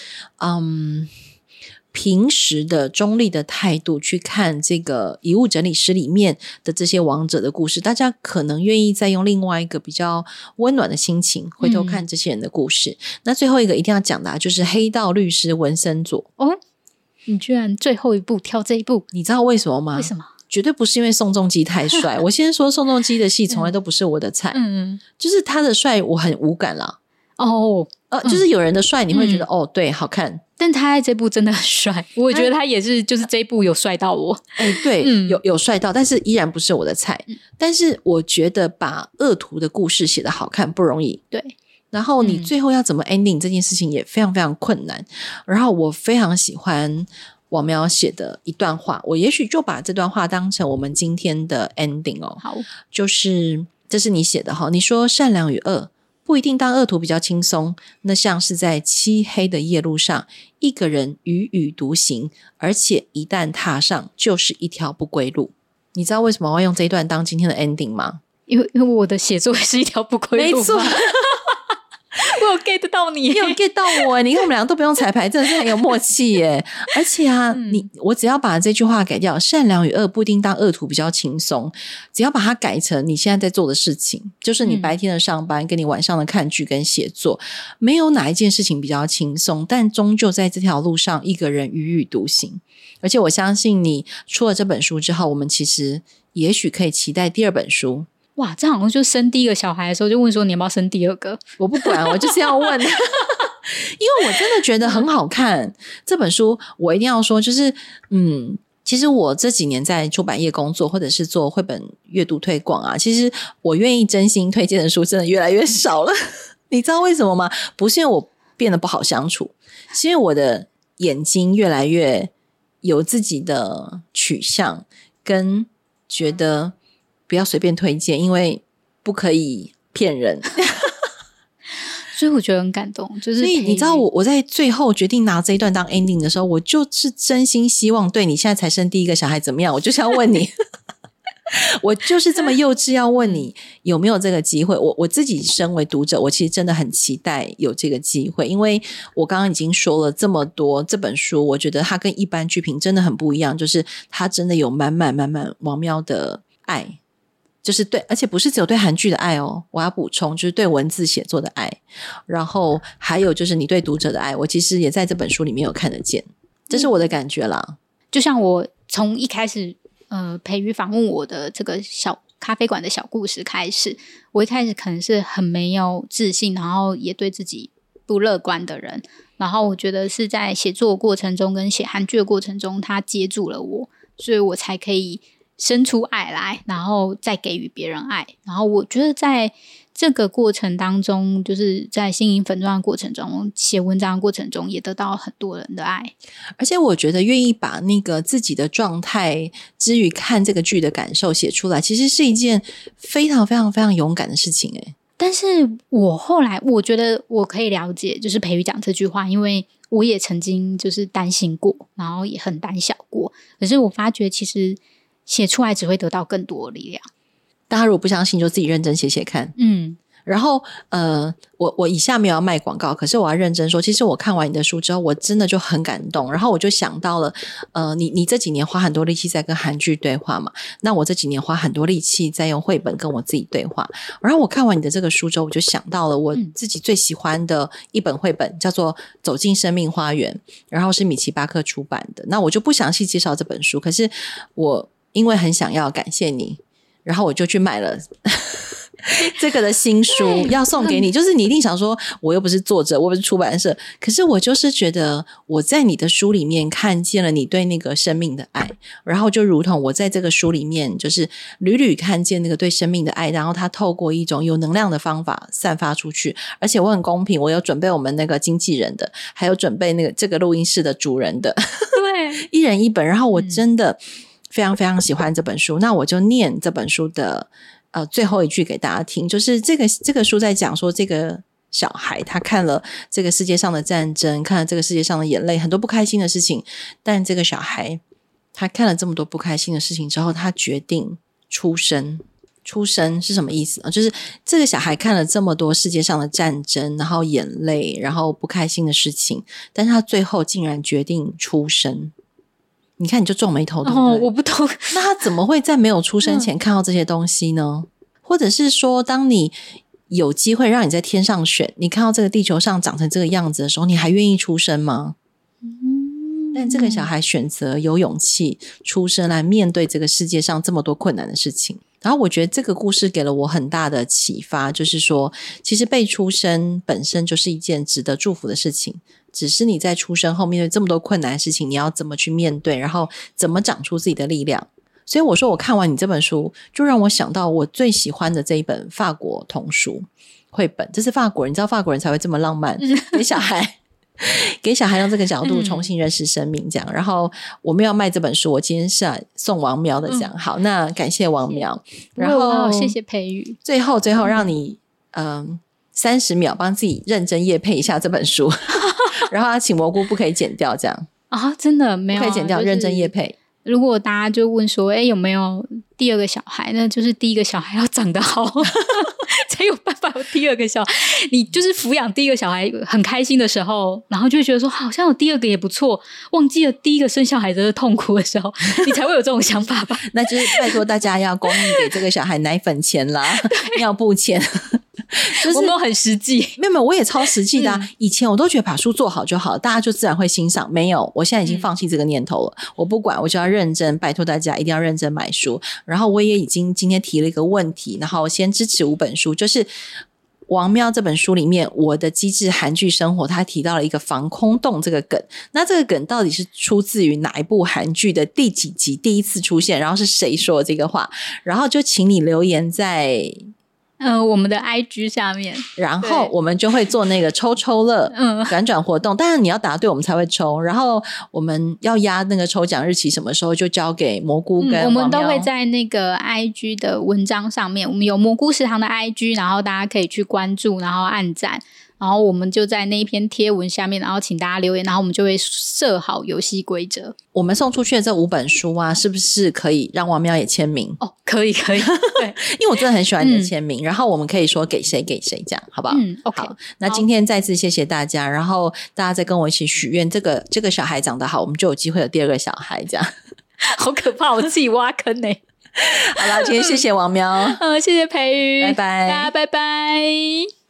平时的中立的态度去看这个遗物整理师里面的这些王者的故事，大家可能愿意再用另外一个比较温暖的心情回头看这些人的故事。那最后一个一定要讲的就是黑道律师文森佐。 你居然最后一部挑这一部， 你知道为什么吗？ 为什么？ 绝对不是因为宋仲基太帅。我先说宋仲基的戏从来都不是我的菜，就是他的帅我很无感啦。就是有人的帅你会觉得对好看， 但他在这部真的很帅，我也觉得他也是就是这一部有帅到我。 对，有帅到，但是依然不是我的菜。但是我觉得把恶徒的故事写得好看不容易， 对， 然后你最后要怎么 ending 这件事情也非常非常困难。然后我非常喜欢王苗写的一段话，我也许就把这段话当成我们今天的 ending 好， 就是这是你写的你说善良与恶不一定当恶徒比较轻松，那像是在漆黑的夜路上一个人踽踽独行，而且一旦踏上就是一条不归路。你知道为什么我要用这一段当今天的 ending 吗？ 因为我的写作也是一条不归路。 没错我有 get 到你， 你有 get 到我你看我们两个都不用彩排，真的是很有默契耶。而且我只要把这句话改掉，善良与恶不一定当恶徒比较轻松，只要把它改成你现在在做的事情，就是你白天的上班跟你晚上的看剧跟写作，没有哪一件事情比较轻松，但终究在这条路上一个人踽踽独行。而且我相信你出了这本书之后，我们其实也许可以期待第二本书。 哇，这好像就生第一个小孩的时候就问说你要不要生第二个。 我不管，我就是要问因为我真的觉得很好看这本书。我一定要说就是其实我这几年在出版业工作或者是做绘本阅读推广啊，其实我愿意真心推荐的书真的越来越少了你知道为什么吗？不是因为我变得不好相处，是因为我的眼睛越来越有自己的取向，跟觉得不要随便推荐，因为不可以骗人所以我觉得很感动，就是所以你知道我在最后决定拿这一段当 ending 的时候，我就是真心希望对你现在才生第一个小孩怎么样，我就是要问你我就是这么幼稚要问你有没有这个机会。我自己身为读者，我其实真的很期待有这个机会，因为我刚刚已经说了这么多，这本书我觉得它跟一般剧评真的很不一样，就是它真的有满满王喵的爱，就是对，而且不是只有对韩剧的爱我要补充就是对文字写作的爱，然后还有就是你对读者的爱，我其实也在这本书里面有看得见，这是我的感觉啦。 就像我从一开始培瑜访问我的这个小咖啡馆的小故事开始，我一开始可能是很没有自信，然后也对自己不乐观的人，然后我觉得是在写作的过程中跟写韩剧的过程中，他接住了我，所以我才可以生出爱来，然后再给予别人爱。然后我觉得在这个过程当中，就是在经营粉专的过程中，写文章的过程中，也得到很多人的爱。 而且我觉得愿意把那个自己的状态之于看这个剧的感受写出来，其实是一件非常非常非常勇敢的事情但是我后来我觉得我可以了解就是培瑜讲这句话，因为我也曾经就是担心过，然后也很胆小过，可是我发觉其实写出来只会得到更多的力量。 大家如果不相信就自己认真写写看。然后我以下没有要卖广告，可是我要认真说，其实我看完你的书之后我真的就很感动，然后我就想到了你这几年花很多力气在跟韩剧对话嘛，那我这几年花很多力气在用绘本跟我自己对话，然后我看完你的这个书之后，我就想到了我自己最喜欢的一本绘本，叫做《走进生命花园》，然后是米奇巴克出版的。那我就不详细介绍这本书，可是我因为很想要感谢你，然后我就去买了这个的新书要送给你。就是你一定想说我又不是作者，我不是出版社，可是我就是觉得我在你的书里面看见了你对那个生命的爱，然后就如同我在这个书里面就是屡屡看见那个对生命的爱，然后它透过一种有能量的方法散发出去。而且我很公平，我有准备我们那个经纪人的，还有准备那个这个录音室的主人的，对，一人一本。然后我真的非常非常喜欢这本书，那我就念这本书的最后一句给大家听，就是这个书在讲说，这个小孩他看了这个世界上的战争，看了这个世界上的眼泪，很多不开心的事情，但这个小孩他看了这么多不开心的事情之后，他决定出生。出生是什么意思呢？就是这个小孩看了这么多世界上的战争，然后眼泪，然后不开心的事情，但是他最后竟然决定出生。你看你就皱眉头，对不对？ 我不懂。 那他怎么会在没有出生前看到这些东西呢？或者是说当你有机会让你在天上选，你看到这个地球上长成这个样子的时候，你还愿意出生吗？ 但这个小孩选择有勇气出生来面对这个世界上这么多困难的事情。然后我觉得这个故事给了我很大的启发，就是说其实被出生本身就是一件值得祝福的事情，只是你在出生后面对这么多困难的事情，你要怎么去面对，然后怎么长出自己的力量。所以我说我看完你这本书就让我想到我最喜欢的这一本法国童书绘本，这是法国人，你知道法国人才会这么浪漫，给小孩用这个角度重新认识生命这样。然后我们要卖这本书，我今天是送王苗的奖。好，那感谢王苗，然后谢谢培育。 最后让你30秒帮自己认真业配一下这本书然后请蘑菇不可以剪掉这样啊？真的没有不可以剪掉，认真业配。 如果大家就问说有没有第二个小孩，那就是第一个小孩要长得好才有办法有第二个小孩。你就是抚养第一个小孩很开心的时候，然后就会觉得说好像有第二个也不错，忘记了第一个生小孩的痛苦的时候你才会有这种想法吧那就是拜托大家要公益给这个小孩奶粉钱啦尿布钱就是我们都很实际。 没有我也超实际的以前我都觉得把书做好就好，大家就自然会欣赏。没有，我现在已经放弃这个念头了我不管，我就要认真，拜托大家一定要认真买书。然后我也已经今天提了一个问题，然后先支持5本书，就是王喵这本书里面我的机智韩剧生活，他提到了一个防空洞这个梗。那这个梗到底是出自于哪一部韩剧的第几集第一次出现，然后是谁说的这个话，然后就请你留言在我们的 IG 下面， 然后我们就会做那个抽乐转活动，当然你要答对我们才会抽，然后我们要压那个抽奖日期什么时候就交给蘑菇跟王喵。 我们都会在那个 IG 的文章上面，我们有蘑菇食堂的 IG， 然后大家可以去关注，然后按赞，然后我们就在那一篇贴文下面，然后请大家留言，然后我们就会设好游戏规则。我们送出去的这5本书啊，是不是可以让王喵也签名？ 可以对， 因为我真的很喜欢你的签名然后我们可以说给谁给谁这样好不好 ？OK。 好，那今天再次谢谢大家，然后大家再跟我一起许愿，这个小孩长得好，我们就有机会有第2个小孩这样好可怕，我自己挖坑好啦，今天谢谢王喵谢谢培瑜， 拜拜， 大家拜拜。